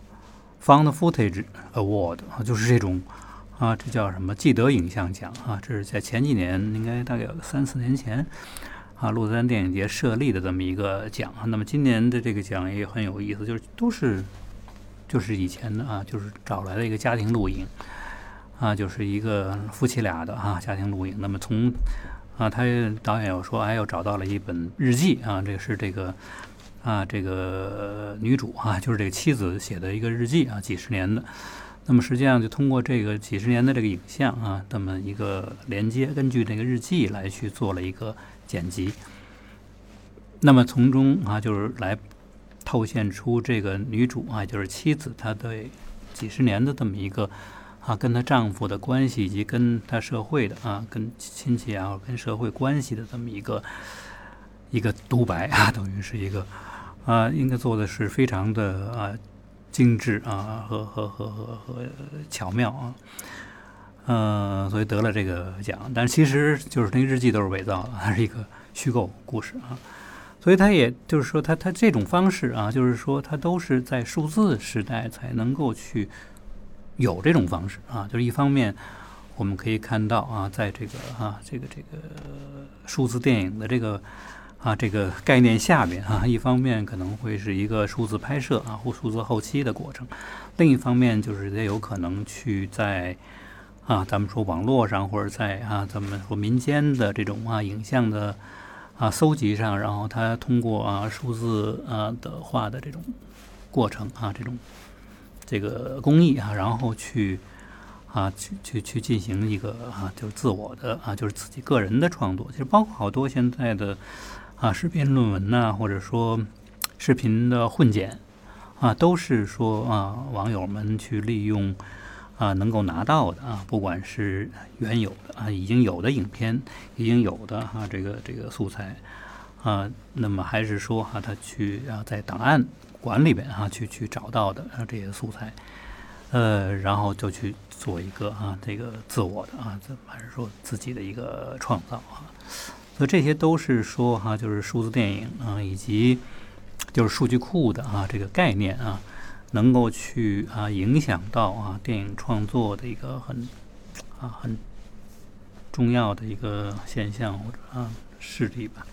Found Footage Award 啊，就是这种啊，这叫什么记得影像奖啊，这是在前几年，应该大概有三四年前啊，鹿特丹电影节设立的这么一个奖。那么今年的这个奖也很有意思，就是都是。就是以前的啊，就是找来的一个家庭录影，啊，就是一个夫妻俩的啊家庭录影。那么从啊，他导演有说，哎，又找到了一本日记啊，这个是这个啊这个女主啊，就是这个妻子写的一个日记啊，几十年的。那么实际上就通过这个几十年的这个影像啊，这么一个连接，根据这个日记来去做了一个剪辑。那么从中啊，就是来。透现出这个女主啊，就是妻子，她对几十年的这么一个啊，跟她丈夫的关系，以及跟她社会的啊，跟亲戚啊，跟社会关系的这么一个一个独白啊，等于是一个啊，应该做的是非常的啊精致啊和和和和和巧妙啊，呃，所以得了这个奖。但其实就是那个日记都是伪造的，它是一个虚构故事啊。所以他也就是说他，他他这种方式啊，就是说他都是在数字时代才能够去有这种方式啊。就是一方面，我们可以看到啊，在这个啊这个这个数字电影的这个啊这个概念下边啊，一方面可能会是一个数字拍摄啊或数字后期的过程，另一方面就是也有可能去在啊咱们说网络上或者在啊咱们说民间的这种啊影像的啊搜集上，然后它通过啊数字啊的化的这种过程啊这种这个工艺啊，然后去啊去去去进行一个啊就是自我的啊就是自己个人的创作。其实包括好多现在的啊视频论文呐、啊，或者说视频的混剪啊，都是说啊网友们去利用啊能够拿到的啊，不管是原有的啊已经有的影片，已经有的啊这个这个素材啊，那么还是说啊他去啊在档案馆里边啊去去找到的啊这些素材，呃，然后就去做一个啊这个自我的啊，还是说自己的一个创造啊。所以这些都是说哈、啊，就是数字电影啊，以及就是数据库的啊这个概念啊，能够去啊影响到啊电影创作的一个很啊很重要的一个现象或者啊事例吧。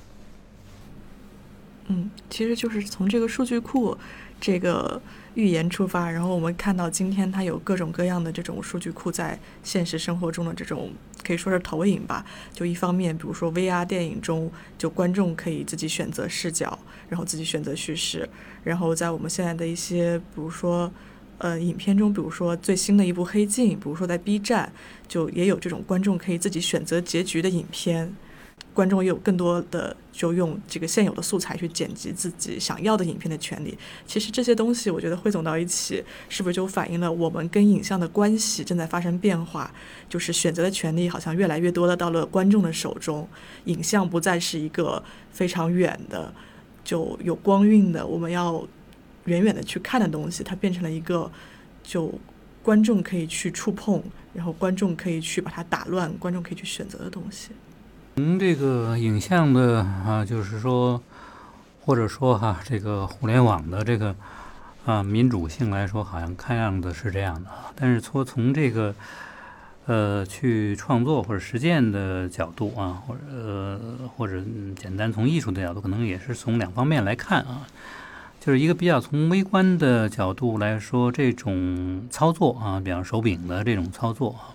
嗯，其实就是从这个数据库这个预言出发，然后我们看到今天它有各种各样的这种数据库在现实生活中的这种可以说是投影吧。就一方面比如说 V R 电影中，就观众可以自己选择视角，然后自己选择叙事，然后在我们现在的一些比如说呃影片中，比如说最新的一部黑镜，比如说在 B 站就也有这种观众可以自己选择结局的影片，观众也有更多的就用这个现有的素材去剪辑自己想要的影片的权利。其实这些东西我觉得汇总到一起，是不是就反映了我们跟影像的关系正在发生变化，就是选择的权利好像越来越多的到了观众的手中，影像不再是一个非常远的就有光晕的我们要远远的去看的东西，它变成了一个就观众可以去触碰，然后观众可以去把它打乱，观众可以去选择的东西。 从这个影像的啊，就是说，或者说哈、啊，这个互联网的这个啊民主性来说，好像看样子是这样的。但是说从这个呃去创作或者实践的角度啊，或者呃或者、嗯、简单从艺术的角度，可能也是从两方面来看啊。就是一个比较从微观的角度来说，这种操作啊，比方手柄的这种操作啊，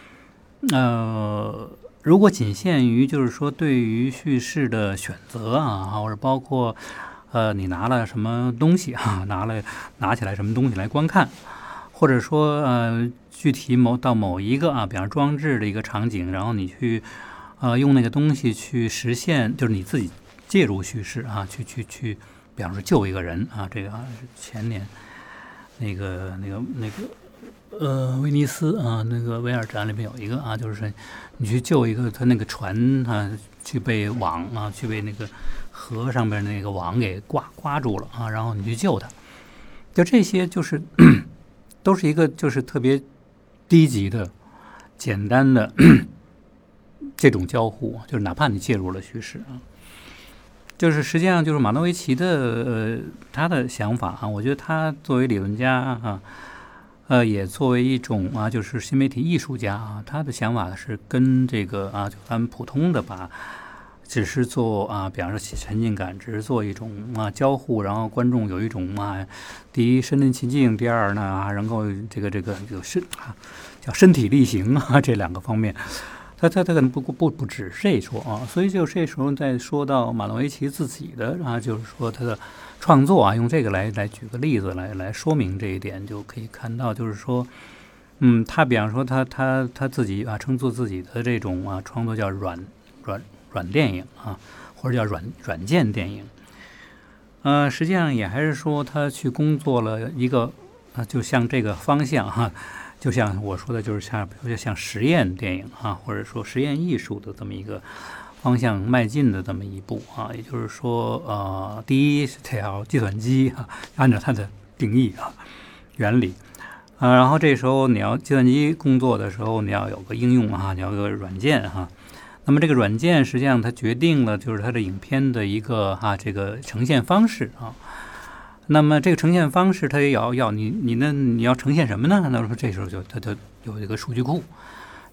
呃。如果仅限于就是说对于叙事的选择啊，或者包括呃你拿了什么东西啊，拿了拿起来什么东西来观看，或者说呃具体某到某一个啊，比方装置的一个场景，然后你去呃用那个东西去实现，就是你自己介入叙事啊，去去去，比方说救一个人啊，这个啊前年那个那个那个。呃，威尼斯啊，那个威尔展里面有一个啊，就是你去救一个他那个船啊，去被网啊，去被那个河上边那个网给挂挂住了啊，然后你去救他，就这些就是都是一个就是特别低级的、简单的这种交互，就是哪怕你介入了叙事啊，就是实际上就是马诺维奇的呃他的想法啊，我觉得他作为理论家啊。呃，也作为一种啊，就是新媒体艺术家啊，他的想法是跟这个啊，就咱们普通的把，只是做啊，比方说沉浸感，只是做一种啊交互，然后观众有一种啊，第一身临其境，第二呢啊，能够这个这个有身啊，叫身体力行啊，这两个方面，他他他可能不不不只是这说啊，所以就这时候再说到马诺维奇自己的啊，就是说他的。创作啊，用这个来来举个例子来来说明这一点，就可以看到，就是说，嗯，他比方说他他他自己啊，称作自己的这种啊创作叫软软软电影啊，或者叫软软件电影，呃，实际上也还是说他去工作了一个啊，就像这个方向哈、啊，就像我说的，就是像比如说像实验电影啊，或者说实验艺术的这么一个。方向迈进的这么一步啊，也就是说，呃，第一是这条计算机啊，按照它的定义啊原理啊，然后这时候你要计算机工作的时候，你要有个应用啊，你要有个软件哈、啊。那么这个软件实际上它决定了就是它的影片的一个哈、啊、这个呈现方式啊。那么这个呈现方式它也要要你你呢你要呈现什么呢？那说这时候就它就有一个数据库。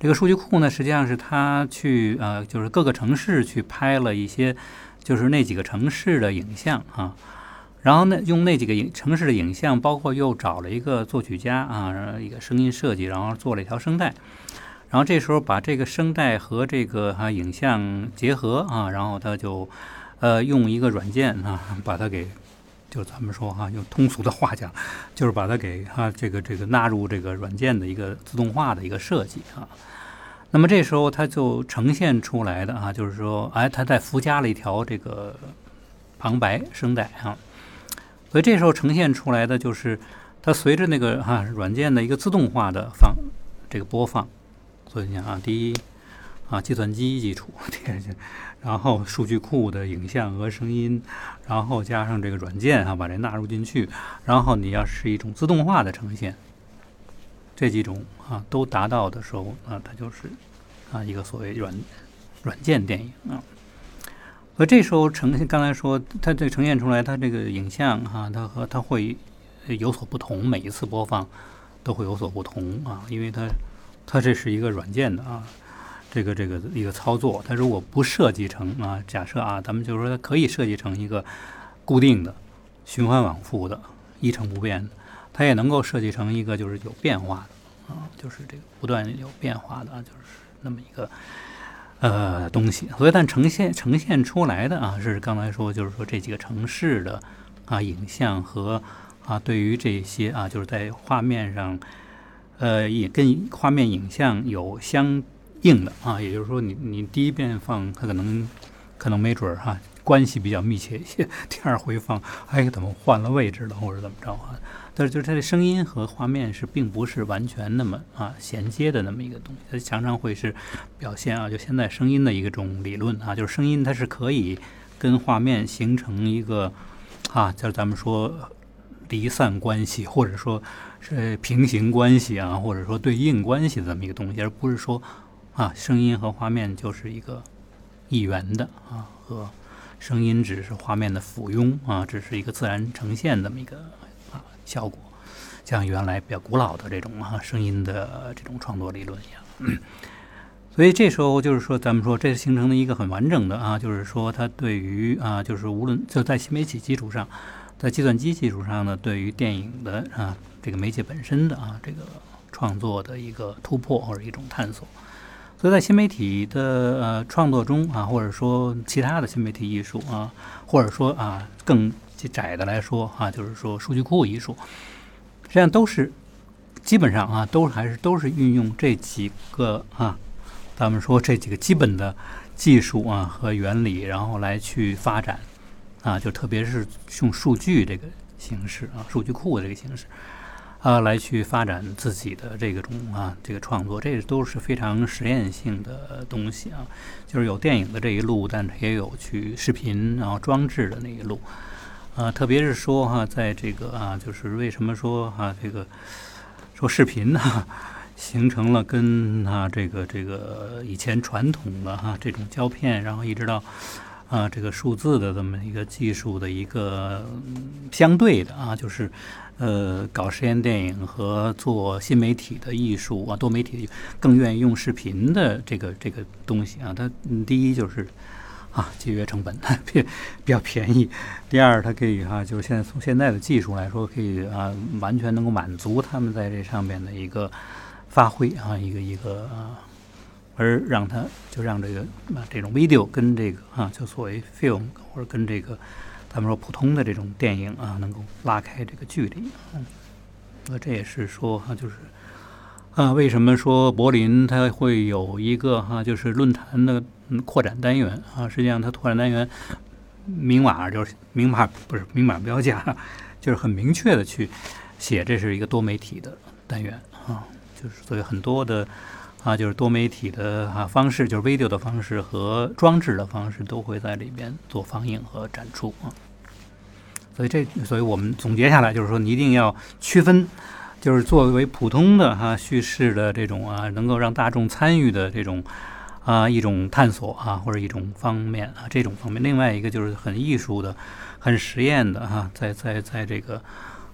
这个数据库呢，实际上是他去呃，就是各个城市去拍了一些，就是那几个城市的影像啊。然后呢，用那几个影城市的影像，包括又找了一个作曲家啊，一个声音设计，然后做了一条声带。然后这时候把这个声带和这个啊影像结合啊，然后他就呃用一个软件啊，把它给，就咱们说哈、啊，用通俗的话讲，就是把它给啊这个这个纳入这个软件的一个自动化的一个设计啊。那么这时候它就呈现出来的啊，就是说，哎，它再附加了一条这个旁白声带啊。所以这时候呈现出来的就是，它随着那个哈、啊、软件的一个自动化的放这个播放，所以你看啊，第一啊计算机基础，然后数据库的影像和声音，然后加上这个软件啊把这纳入进去，然后你要是一种自动化的呈现，这几种啊都达到的时候啊，它就是啊一个所谓软软件电影啊。所以这时候呈现，刚才说它这呈现出来，它这个影像哈、啊，它和它会有所不同，每一次播放都会有所不同啊，因为它它这是一个软件的啊，这个这个一个操作，它如果不设计成啊，假设啊，咱们就说它可以设计成一个固定的、循环往复的、一成不变的，它也能够设计成一个就是有变化的啊，就是这个不断有变化的啊，就是那么一个。呃，东西，所以但呈现呈现出来的啊，是刚才说，就是说这几个城市的啊影像和啊对于这些啊，就是在画面上，呃，也跟画面影像有相应的啊，也就是说你，你你第一遍放，它可能可能没准哈、啊、关系比较密切一些，第二回放，哎，怎么换了位置了，或者怎么着啊？但是就是它的声音和画面是并不是完全那么啊衔接的那么一个东西，它常常会是表现啊，就现在声音的一个种理论啊，就是声音它是可以跟画面形成一个啊，就是咱们说离散关系，或者说是平行关系啊，或者说对应关系的这么一个东西，而不是说啊声音和画面就是一个一元的啊，和声音只是画面的附庸啊，只是一个自然呈现这么一个。效果像原来比较古老的这种啊声音的这种创作理论一样，嗯、所以这时候就是说，咱们说这形成了一个很完整的啊，就是说它对于啊，就是无论就在新媒体基础上，在计算机基础上呢，对于电影的啊这个媒介本身的啊这个创作的一个突破或者一种探索。所以在新媒体的呃创作中啊，或者说其他的新媒体艺术啊，或者说啊更窄的来说啊，就是说数据库艺术，实际上都是基本上啊，都还是都是运用这几个啊，咱们说这几个基本的技术啊和原理，然后来去发展啊，就特别是用数据这个形式啊，数据库这个形式啊，来去发展自己的这个种啊这个创作，这都是非常实验性的东西啊，就是有电影的这一路，但也有去视频然后装置的那一路。啊，特别是说哈、啊，在这个啊，就是为什么说哈、啊，这个说视频呢，形成了跟啊这个这个以前传统的哈、啊、这种胶片，然后一直到啊这个数字的这么一个技术的一个、嗯、相对的啊，就是呃搞实验电影和做新媒体的艺术啊，多媒体更愿意用视频的这个这个东西啊，它、嗯、第一就是。啊，节约成本，比比较便宜。第二，它可以哈、啊，就是现在从现在的技术来说，可以啊，完全能够满足他们在这上面的一个发挥啊，一个一个啊，而让它就让这个啊这种 video 跟这个啊，就所谓 film 或者跟这个咱们说普通的这种电影啊，能够拉开这个距离。嗯，那这也是说哈、啊，就是。啊，为什么说柏林它会有一个哈、啊，就是论坛的扩展单元啊？实际上，它扩展单元明码就是明码不是明码标价，就是很明确的去写这是一个多媒体的单元啊，就是所以很多的啊，就是多媒体的啊方式，就是 video 的方式和装置的方式都会在里边做放映和展出啊。所以这，所以我们总结下来就是说，你一定要区分。就是作为普通的哈、啊、叙事的这种啊，能够让大众参与的这种啊一种探索啊，或者一种方面啊这种方面。另外一个就是很艺术的、很实验的哈、啊，在在在这个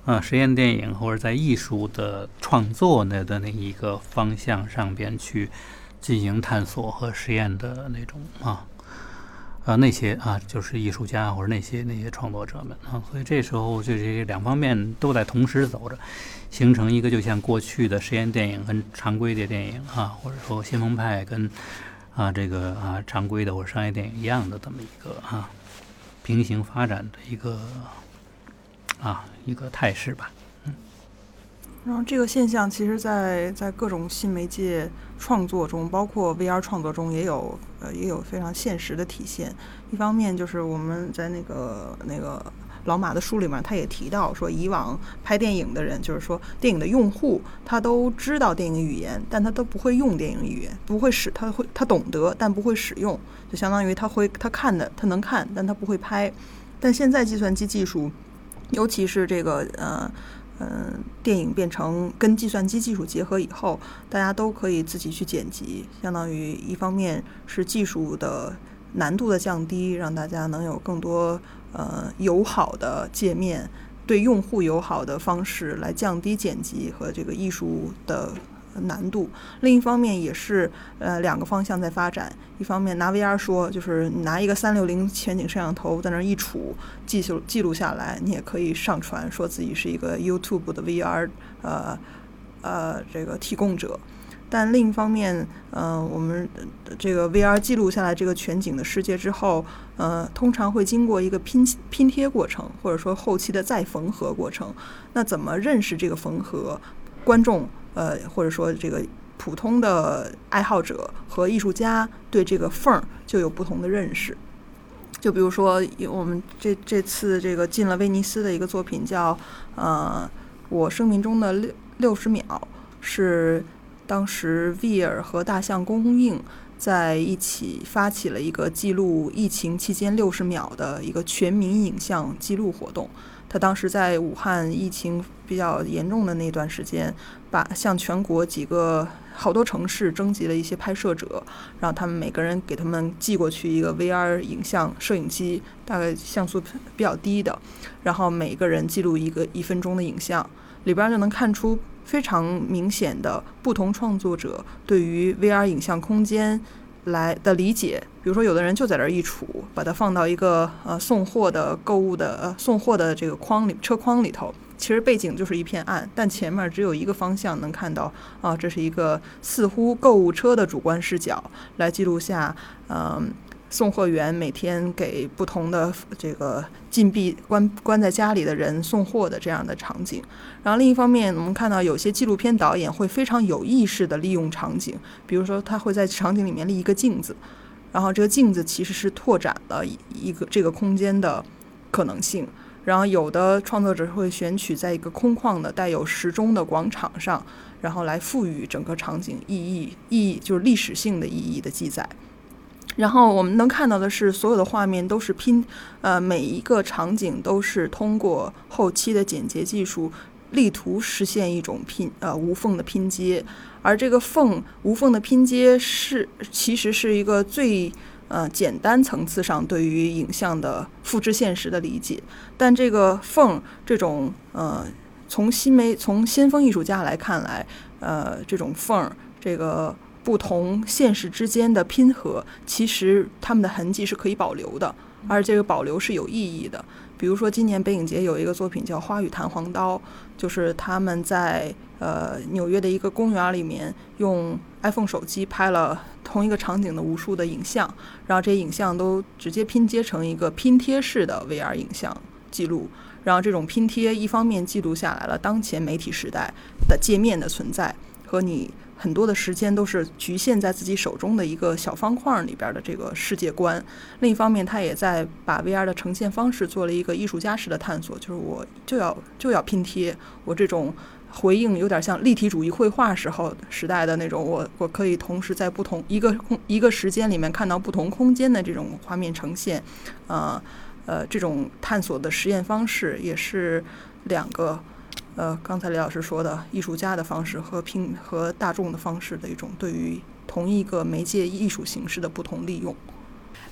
呃实验电影或者在艺术的创作的的那一个方向上边去进行探索和实验的那种啊。呃，那些啊，就是艺术家或者那些那些创作者们啊，所以这时候就这两方面都在同时走着，形成一个就像过去的实验电影跟常规的电影啊，或者说先锋派跟啊这个啊常规的或者商业电影一样的这么一个啊平行发展的一个啊一个态势吧。嗯， 然后这个现象其实在在各种新媒介创作中，包括 V R 创作中也有呃也有非常现实的体现。一方面就是我们在那个那个老马的书里面，他也提到说，以往拍电影的人，就是说电影的用户，他都知道电影语言，但他都不会用电影语言，不会使他会他懂得，但不会使用，就相当于他会他看的他能看，但他不会拍。但现在计算机技术，尤其是这个呃。嗯，电影变成跟计算机技术结合以后，大家都可以自己去剪辑，相当于一方面是技术的难度的降低，让大家能有更多呃友好的界面，对用户友好的方式来降低剪辑和这个艺术的难度。另一方面也是呃两个方向在发展，一方面拿 V R 说，就是你拿一个三六零全景摄像头在那一杵，记录记录下来，你也可以上传，说自己是一个 YouTube 的 V R 呃呃这个提供者。但另一方面，呃，我们这个 V R 记录下来这个全景的世界之后，呃，通常会经过一个拼拼贴过程，或者说后期的再缝合过程。那怎么认识这个缝合？观众呃，或者说这个普通的爱好者和艺术家对这个缝就有不同的认识。就比如说，我们这这次这个进了威尼斯的一个作品叫呃，我生命中的六六十秒，是当时 V R 和大象公映在一起发起了一个记录疫情期间六十秒的一个全民影像记录活动。他当时在武汉疫情比较严重的那段时间，把向全国几个好多城市征集了一些拍摄者，让他们每个人给他们寄过去一个 V R 影像摄影机，大概像素比较低的，然后每个人记录一个一分钟的影像，里边就能看出非常明显的不同创作者对于 V R 影像空间来的理解。比如说有的人就在这儿一杵，把它放到一个呃送货的购物的呃送货的这个框里车框里头，其实背景就是一片暗，但前面只有一个方向能看到啊，这是一个似乎购物车的主观视角来记录下嗯、呃、送货员每天给不同的这个禁闭关关在家里的人送货的这样的场景。然后另一方面，我们看到有些纪录片导演会非常有意识的利用场景，比如说他会在场景里面立一个镜子，然后这个镜子其实是拓展了一个这个空间的可能性。然后有的创作者会选取在一个空旷的带有时钟的广场上，然后来赋予整个场景意义，意义就是历史性的意义的记载。然后我们能看到的是，所有的画面都是拼，呃，每一个场景都是通过后期的剪接技术，力图实现一种拼呃无缝的拼接。而这个缝无缝的拼接是其实是一个最呃简单层次上对于影像的复制现实的理解。但这个缝这种呃从新媒从先锋艺术家来看来，呃这种缝这个不同现实之间的拼合，其实他们的痕迹是可以保留的，而这个保留是有意义的。比如说今年北影节有一个作品叫《花与弹簧刀》，就是他们在呃纽约的一个公园里面用 iPhone 手机拍了同一个场景的无数的影像，然后这些影像都直接拼接成一个拼贴式的 V R 影像记录。然后这种拼贴一方面记录下来了当前媒体时代的界面的存在，和你很多的时间都是局限在自己手中的一个小方框里边的这个世界观。另一方面，他也在把 V R 的呈现方式做了一个艺术家式的探索，就是我就要就要拼贴，我这种回应有点像立体主义绘画时候时代的那种，我我可以同时在不同一个空一个时间里面看到不同空间的这种画面呈现，呃呃，这种探索的实验方式也是两个。呃，刚才李老师说的艺术家的方式和拼和大众的方式的一种对于同一个媒介艺术形式的不同利用。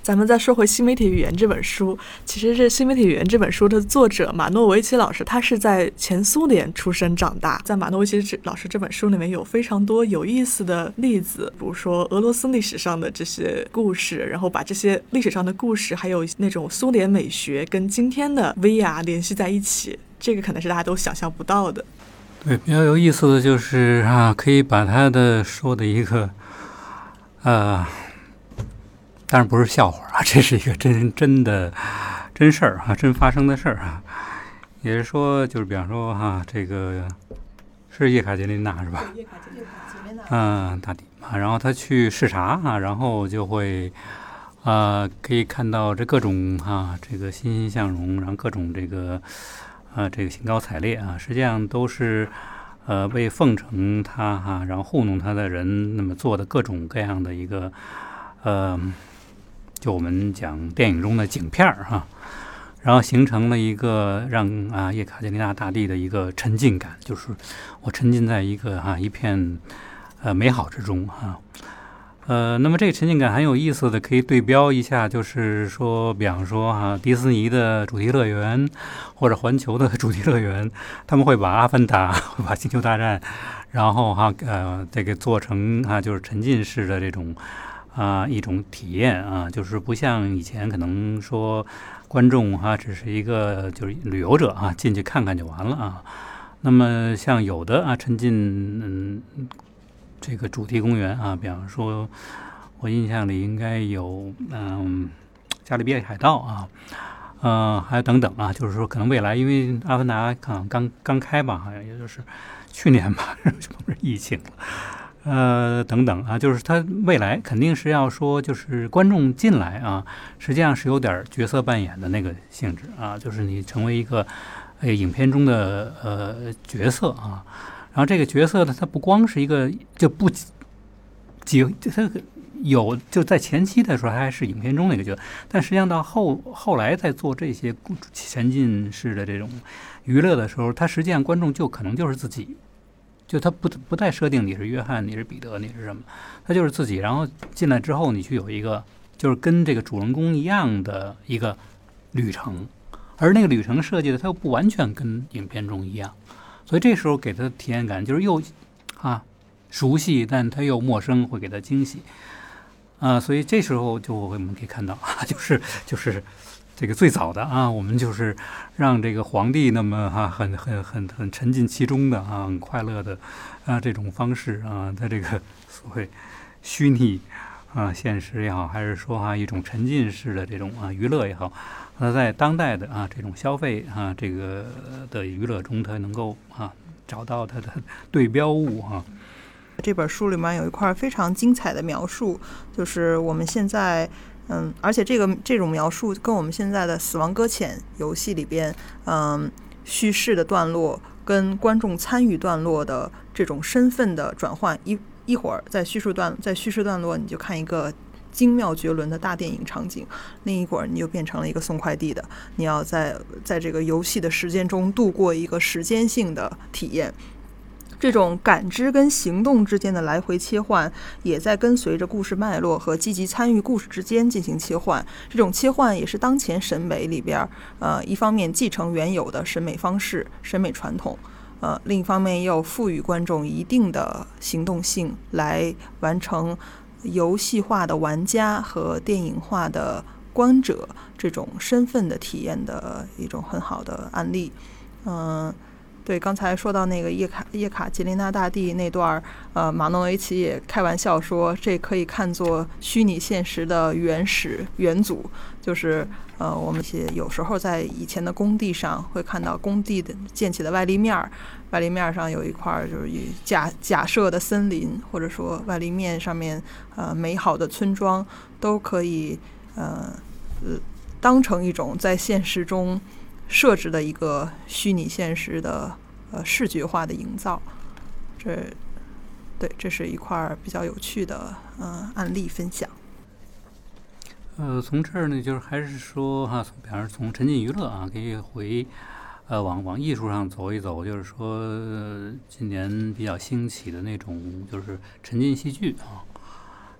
咱们再说回《新媒体语言》这本书，其实这《新媒体语言》这本书的作者马诺维奇老师，他是在前苏联出生长大。在马诺维奇老师这本书里面有非常多有意思的例子，比如说俄罗斯历史上的这些故事，然后把这些历史上的故事还有那种苏联美学跟今天的 V R 联系在一起，这个可能是大家都想象不到的。 对，比较有意思的就是啊，可以把他的说的一个呃。当然不是笑话啊，这是一个真真的真事儿啊，真发生的事儿啊。也是说，就是比方说哈、啊，这个是叶卡捷琳娜是吧？叶卡捷琳娜。嗯，大帝啊，然后他去视察啊，然后就会啊，可以看到这各种啊，这个欣欣向荣，然后各种这个啊，这个兴高采烈啊，实际上都是呃为奉承他哈、啊，然后糊弄他的人，那么做的各种各样的一个呃。就我们讲电影中的景片儿哈，然后形成了一个让啊叶卡捷琳娜大帝的一个沉浸感，就是我沉浸在一个哈、啊、一片呃美好之中哈、啊，呃，那么这个沉浸感很有意思的，可以对标一下，就是说，比方说哈、啊、迪士尼的主题乐园或者环球的主题乐园，他们会把《阿凡达》会把《星球大战》，然后哈、啊、呃这个做成哈、啊、就是沉浸式的这种。啊，一种体验啊，就是不像以前可能说观众哈、啊，只是一个就是旅游者啊，进去看看就完了啊。那么像有的啊，沉浸嗯这个主题公园啊，比方说我印象里应该有嗯加勒比海盗啊，呃还有等等啊，就是说可能未来因为阿凡达刚刚刚开吧，好像也就是去年吧，就不是疫情了。呃，等等啊，就是它未来肯定是要说，就是观众进来啊，实际上是有点角色扮演的那个性质啊，就是你成为一个呃影片中的呃角色啊，然后这个角色呢，它不光是一个就不几它有就在前期的时候还是影片中那个角色，但实际上到后后来在做这些沉浸式的这种娱乐的时候，它实际上观众就可能就是自己。就他不不带设定你是约翰，你是彼得，你是什么，他就是自己。然后进来之后，你去有一个就是跟这个主人公一样的一个旅程，而那个旅程设计的他又不完全跟影片中一样，所以这时候给他的体验感就是又啊熟悉，但他又陌生，会给他惊喜啊。所以这时候就我们可以看到啊，就是就是。这个最早的啊，我们就是让这个皇帝那么哈、啊、很很很很沉浸其中的啊，很快乐的啊这种方式啊，他这个所谓虚拟啊现实也好，还是说啊一种沉浸式的这种啊娱乐也好，那在当代的啊这种消费啊这个的娱乐中，它能够啊找到它的对标物啊。 这本书里面有一块非常精彩的描述，就是我们现在。嗯，而且这个这种描述跟我们现在的《死亡搁浅》游戏里边，嗯，叙事的段落跟观众参与段落的这种身份的转换，一一会儿在叙述段在叙事段落你就看一个精妙绝伦的大电影场景，另一会儿你就变成了一个送快递的，你要在在这个游戏的时间中度过一个时间性的体验。这种感知跟行动之间的来回切换，也在跟随着故事脉络和积极参与故事之间进行切换。这种切换也是当前审美里边，呃，一方面继承原有的审美方式、审美传统，呃，另一方面又赋予观众一定的行动性，来完成游戏化的玩家和电影化的观者这种身份的体验的一种很好的案例，嗯、呃。对，刚才说到那个叶卡叶卡捷琳娜大帝那段，呃，马诺维奇也开玩笑说，这可以看作虚拟现实的原始元祖，就是呃，我们有时候在以前的工地上会看到工地的建起的外立面，外立面上有一块就是假假设的森林，或者说外立面上面呃美好的村庄，都可以呃呃当成一种在现实中设置的一个虚拟现实的呃视觉化的营造，这对这是一块比较有趣的呃案例分享。 呃，从这儿呢，就是还是说哈，比方说从沉浸娱乐啊，可以回呃往往艺术上走一走，就是说、呃、今年比较兴起的那种就是沉浸戏剧啊。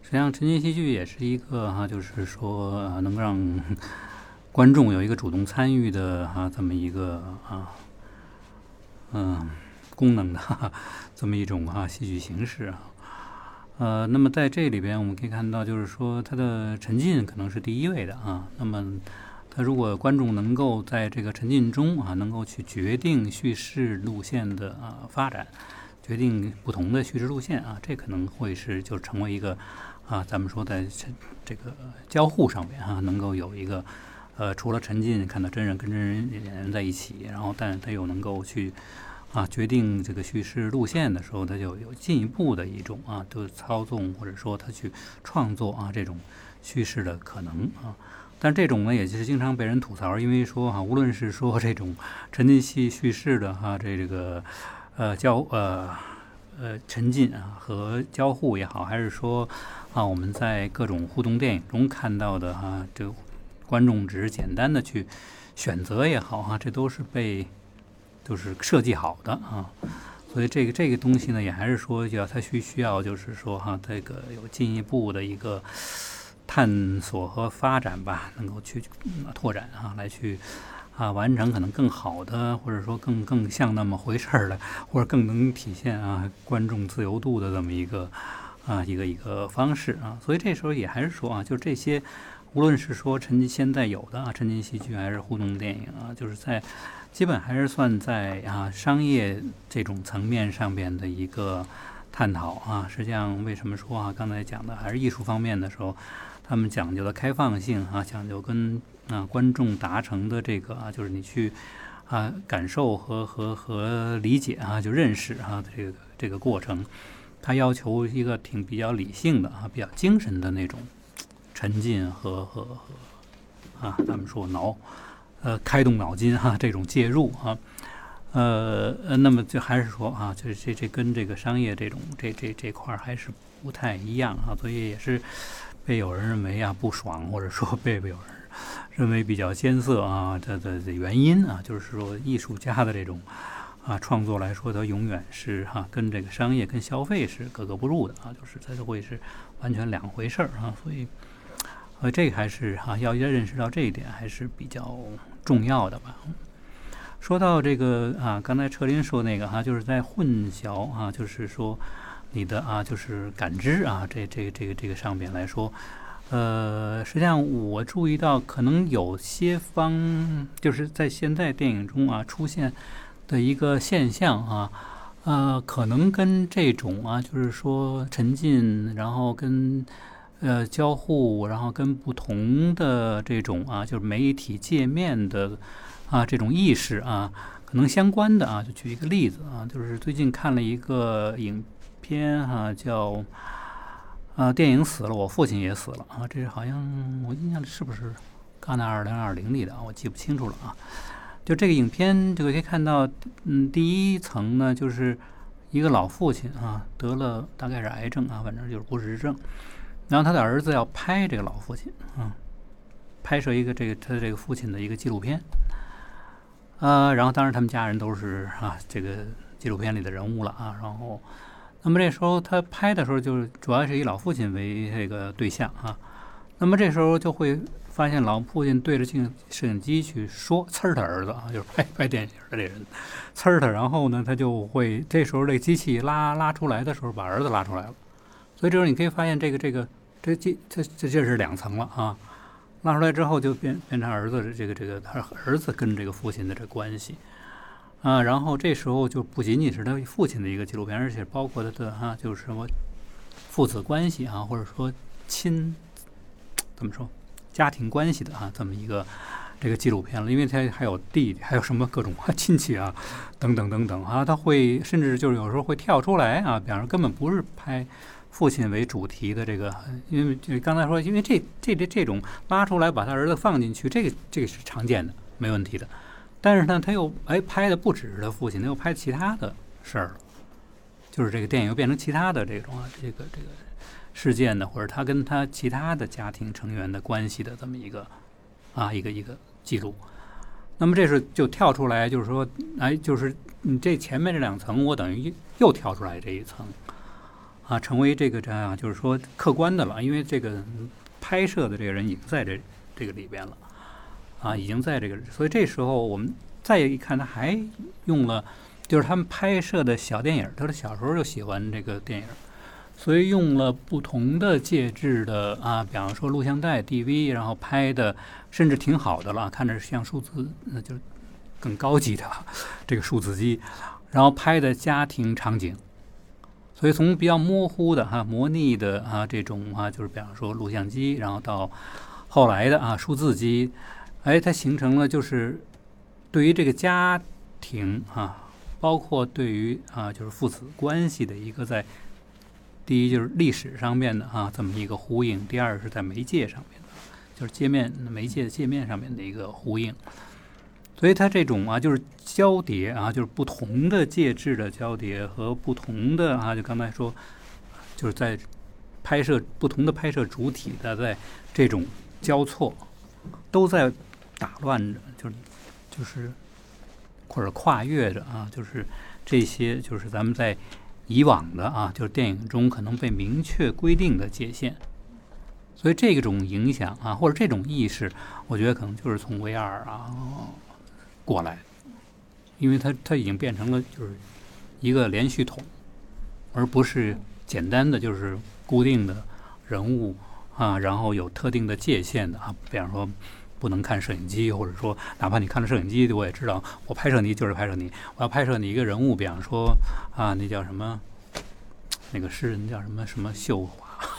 实际上沉浸戏剧也是一个哈、啊，就是说、啊、能让观众有一个主动参与的哈、啊、这么一个啊嗯功能的哈、啊、这么一种哈、啊、戏剧形式啊。呃，那么在这里边我们可以看到，就是说它的沉浸可能是第一位的啊。那么它如果观众能够在这个沉浸中啊，能够去决定叙事路线的啊发展，决定不同的叙事路线啊，这可能会是就成为一个啊，咱们说在这个交互上面啊，能够有一个呃，除了沉浸看到真人跟真人演员在一起，然后但它又能够去。啊，决定这个叙事路线的时候，它就有进一步的一种啊，就操纵或者说他去创作啊这种叙事的可能啊。但这种呢，也就是经常被人吐槽，因为说哈、啊，无论是说这种沉浸式叙事的哈、啊，这这个呃交呃呃沉浸啊和交互也好，还是说啊我们在各种互动电影中看到的哈、啊，这个观众只是简单的去选择也好哈、啊，这都是被。就是设计好的啊，所以这个这个东西呢，也还是说要它需需要，就是说哈，这个有进一步的一个探索和发展吧，能够去、嗯、拓展啊，来去啊完成可能更好的，或者说更更像那么回事儿的，或者更能体现啊观众自由度的这么一个啊一个一个方式啊，所以这时候也还是说啊，就这些，无论是说沉浸现在有的啊沉浸戏剧，还是互动电影啊，就是在。基本还是算在啊商业这种层面上边的一个探讨啊。实际上，为什么说啊刚才讲的还是艺术方面的时候，他们讲究的开放性啊，讲究跟啊观众达成的这个啊，就是你去啊感受和和和理解啊，就认识啊这个这个过程，它要求一个挺比较理性的啊，比较精神的那种沉浸和和和啊，咱们说脑。呃，开动脑筋哈、啊，这种介入啊，呃呃，那么就还是说啊，这这这跟这个商业这种这这这块还是不太一样啊，所以也是被有人认为啊不爽，或者说被有人认为比较艰涩啊的的的原因啊，就是说艺术家的这种啊创作来说，它永远是哈、啊、跟这个商业跟消费是格格不入的啊，就是它会是完全两回事儿啊，所以。呃，这个还是哈、啊，要认识到这一点还是比较重要的吧。说到这个啊，刚才车林说那个哈、啊，就是在混淆啊，就是说你的啊，就是感知啊，这这这个这个上边来说，呃，实际上我注意到，可能有些方就是在现在电影中啊出现的一个现象啊，呃，可能跟这种啊，就是说沉浸，然后跟。呃，交互，然后跟不同的这种啊，就是媒体界面的啊这种意识啊，可能相关的啊。就举一个例子啊，就是最近看了一个影片哈、啊，叫啊电影死了，我父亲也死了啊。这好像我印象里是不是戛纳二零二零里的啊？我记不清楚了啊。就这个影片就可以看到，嗯，第一层呢，就是一个老父亲啊，得了大概是癌症啊，反正就是不治之症。然后他的儿子要拍这个老父亲啊，拍摄一个这个他的这个父亲的一个纪录片，呃，然后当然他们家人都是啊这个纪录片里的人物了啊。然后，那么这时候他拍的时候，就是主要是以老父亲为这个对象啊。那么这时候就会发现老父亲对着镜摄影机去说呲儿他儿子啊，就是拍拍电影的这人呲儿他，然后呢他就会这时候这个机器拉拉出来的时候把儿子拉出来了。所以这时候你可以发现，这个这个这这这这这是两层了啊！拉出来之后就变变成儿子这个这个他儿子跟这个父亲的这关系啊，然后这时候就不仅仅是他父亲的一个纪录片，而且包括他的啊，就是什么父子关系啊，或者说亲怎么说家庭关系的啊，这么一个这个纪录片了。因为他还有弟弟，还有什么各种亲戚啊，等等等等啊，他会甚至就是有时候会跳出来啊，比方说根本不是拍。父亲为主题的这个，因为就刚才说，因为这这这这种拉出来把他儿子放进去，这个这个是常见的，没问题的。但是呢，他又哎拍的不只是他父亲，他又拍其他的事儿了，就是这个电影又变成其他的这种啊，这个这个事件的，或者他跟他其他的家庭成员的关系的这么一个啊一个一个记录。那么这是就跳出来，就是说，哎，就是你这前面这两层，我等于又跳出来这一层。 啊，成为这个这样就是说客观的了，因为这个拍摄的这个人已经在这这个里边了，啊，已经在这个，所以这时候我们再一看，他还用了，就是他们拍摄的小电影，他的小时候就喜欢这个电影，所以用了不同的介质的啊，比方说录像带、D V， 然后拍的甚至挺好的了，看着像数字，那就更高级的这个数字机，然后拍的家庭场景。所以从比较模糊的哈、啊、模拟的啊这种啊，就是比方说录像机，然后到后来的啊数字机，哎，它形成了就是对于这个家庭啊，包括对于啊就是父子关系的一个在第一就是历史上面的啊这么一个呼应，第二是在媒介上面的，就是界面媒介界面上面的一个呼应。所以它这种啊，就是交叠啊，就是不同的介质的交叠和不同的啊，就刚才说，就是在拍摄不同的拍摄主体的在这种交错，都在打乱着，就是就是或者跨越着啊，就是这些就是咱们在以往的啊，就是电影中可能被明确规定的界限。所以这种影响啊，或者这种意识，我觉得可能就是从 V R 啊。过来，因为它它已经变成了就是一个连续统，而不是简单的就是固定的人物啊，然后有特定的界限的啊，比方说不能看摄影机，或者说哪怕你看了摄影机，我也知道我拍摄你就是拍摄你，我要拍摄你一个人物，比方说啊，那叫什么，那个诗人叫什么什么秀华。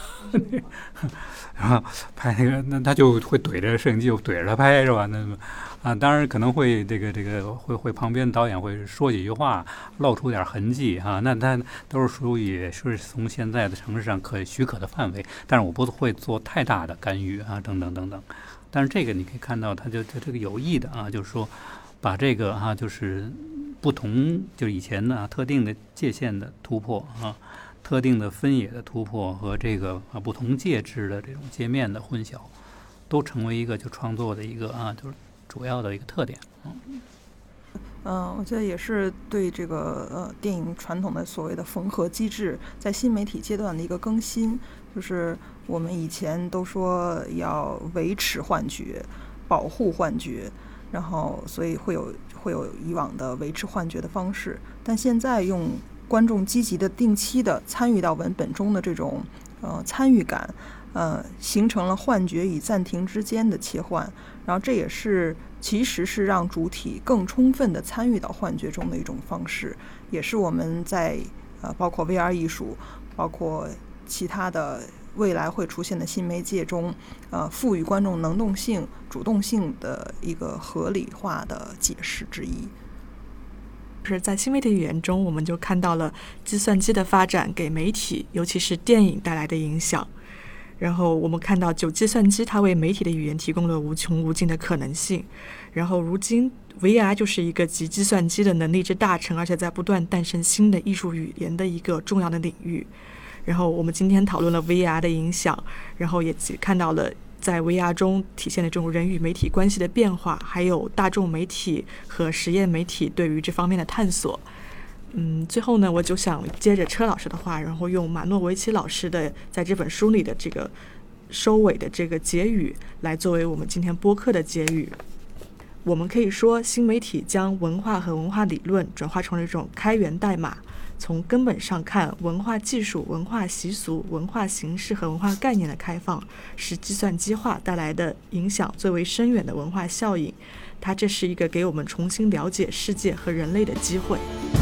然后拍那个，那他就会怼着摄影机，就怼着他拍，是吧？那么啊，当然可能会这个这个会会旁边导演会说几句话，露出点痕迹哈、啊。那他都是属于是从现在的城市上可许可的范围，但是我不会做太大的干预啊，等等等等。但是这个你可以看到，他就他这个有意的啊，就是说把这个哈、啊，就是不同就以前的、啊、特定的界限的突破啊。特定的分野的突破和这个啊不同介质的这种界面的混淆，都成为一个就创作的一个啊就是主要的一个特点。嗯， 嗯，我觉得也是对这个呃电影传统的所谓的缝合机制，在新媒体阶段的一个更新。就是我们以前都说要维持幻觉、保护幻觉，然后所以会有会有以往的维持幻觉的方式，但现在用观众积极的、定期的参与到文本中的这种呃参与感，呃，形成了幻觉与暂停之间的切换。然后这也是其实是让主体更充分的参与到幻觉中的一种方式，也是我们在呃包括 V R 艺术，包括其他的未来会出现的新媒介中，呃，赋予观众能动性、主动性的一个合理化的解释之一。 是在新媒体语言中，我们就看到了计算机的发展给媒体，尤其是电影带来的影响。然后我们看到九计算机它为媒体的语言提供了无穷无尽的可能性。然后如今 V R 就是一个集计算机的能力之大成，而且在不断诞生新的艺术语言的一个重要的领域。然后我们今天讨论了 V R 的影响，然后也看到了在 V R 中体现的这种人与媒体关系的变化，还有大众媒体和实验媒体对于这方面的探索。嗯，最后呢，我就想接着车老师的话，然后用马诺维奇老师的在这本书里的这个收尾的这个结语来作为我们今天播客的结语。我们可以说，新媒体将文化和文化理论转化成了一种开源代码。从根本上看，文化技术、文化习俗、文化形式和文化概念的开放，是计算机化带来的影响最为深远的文化效应。它这是一个给我们重新了解世界和人类的机会。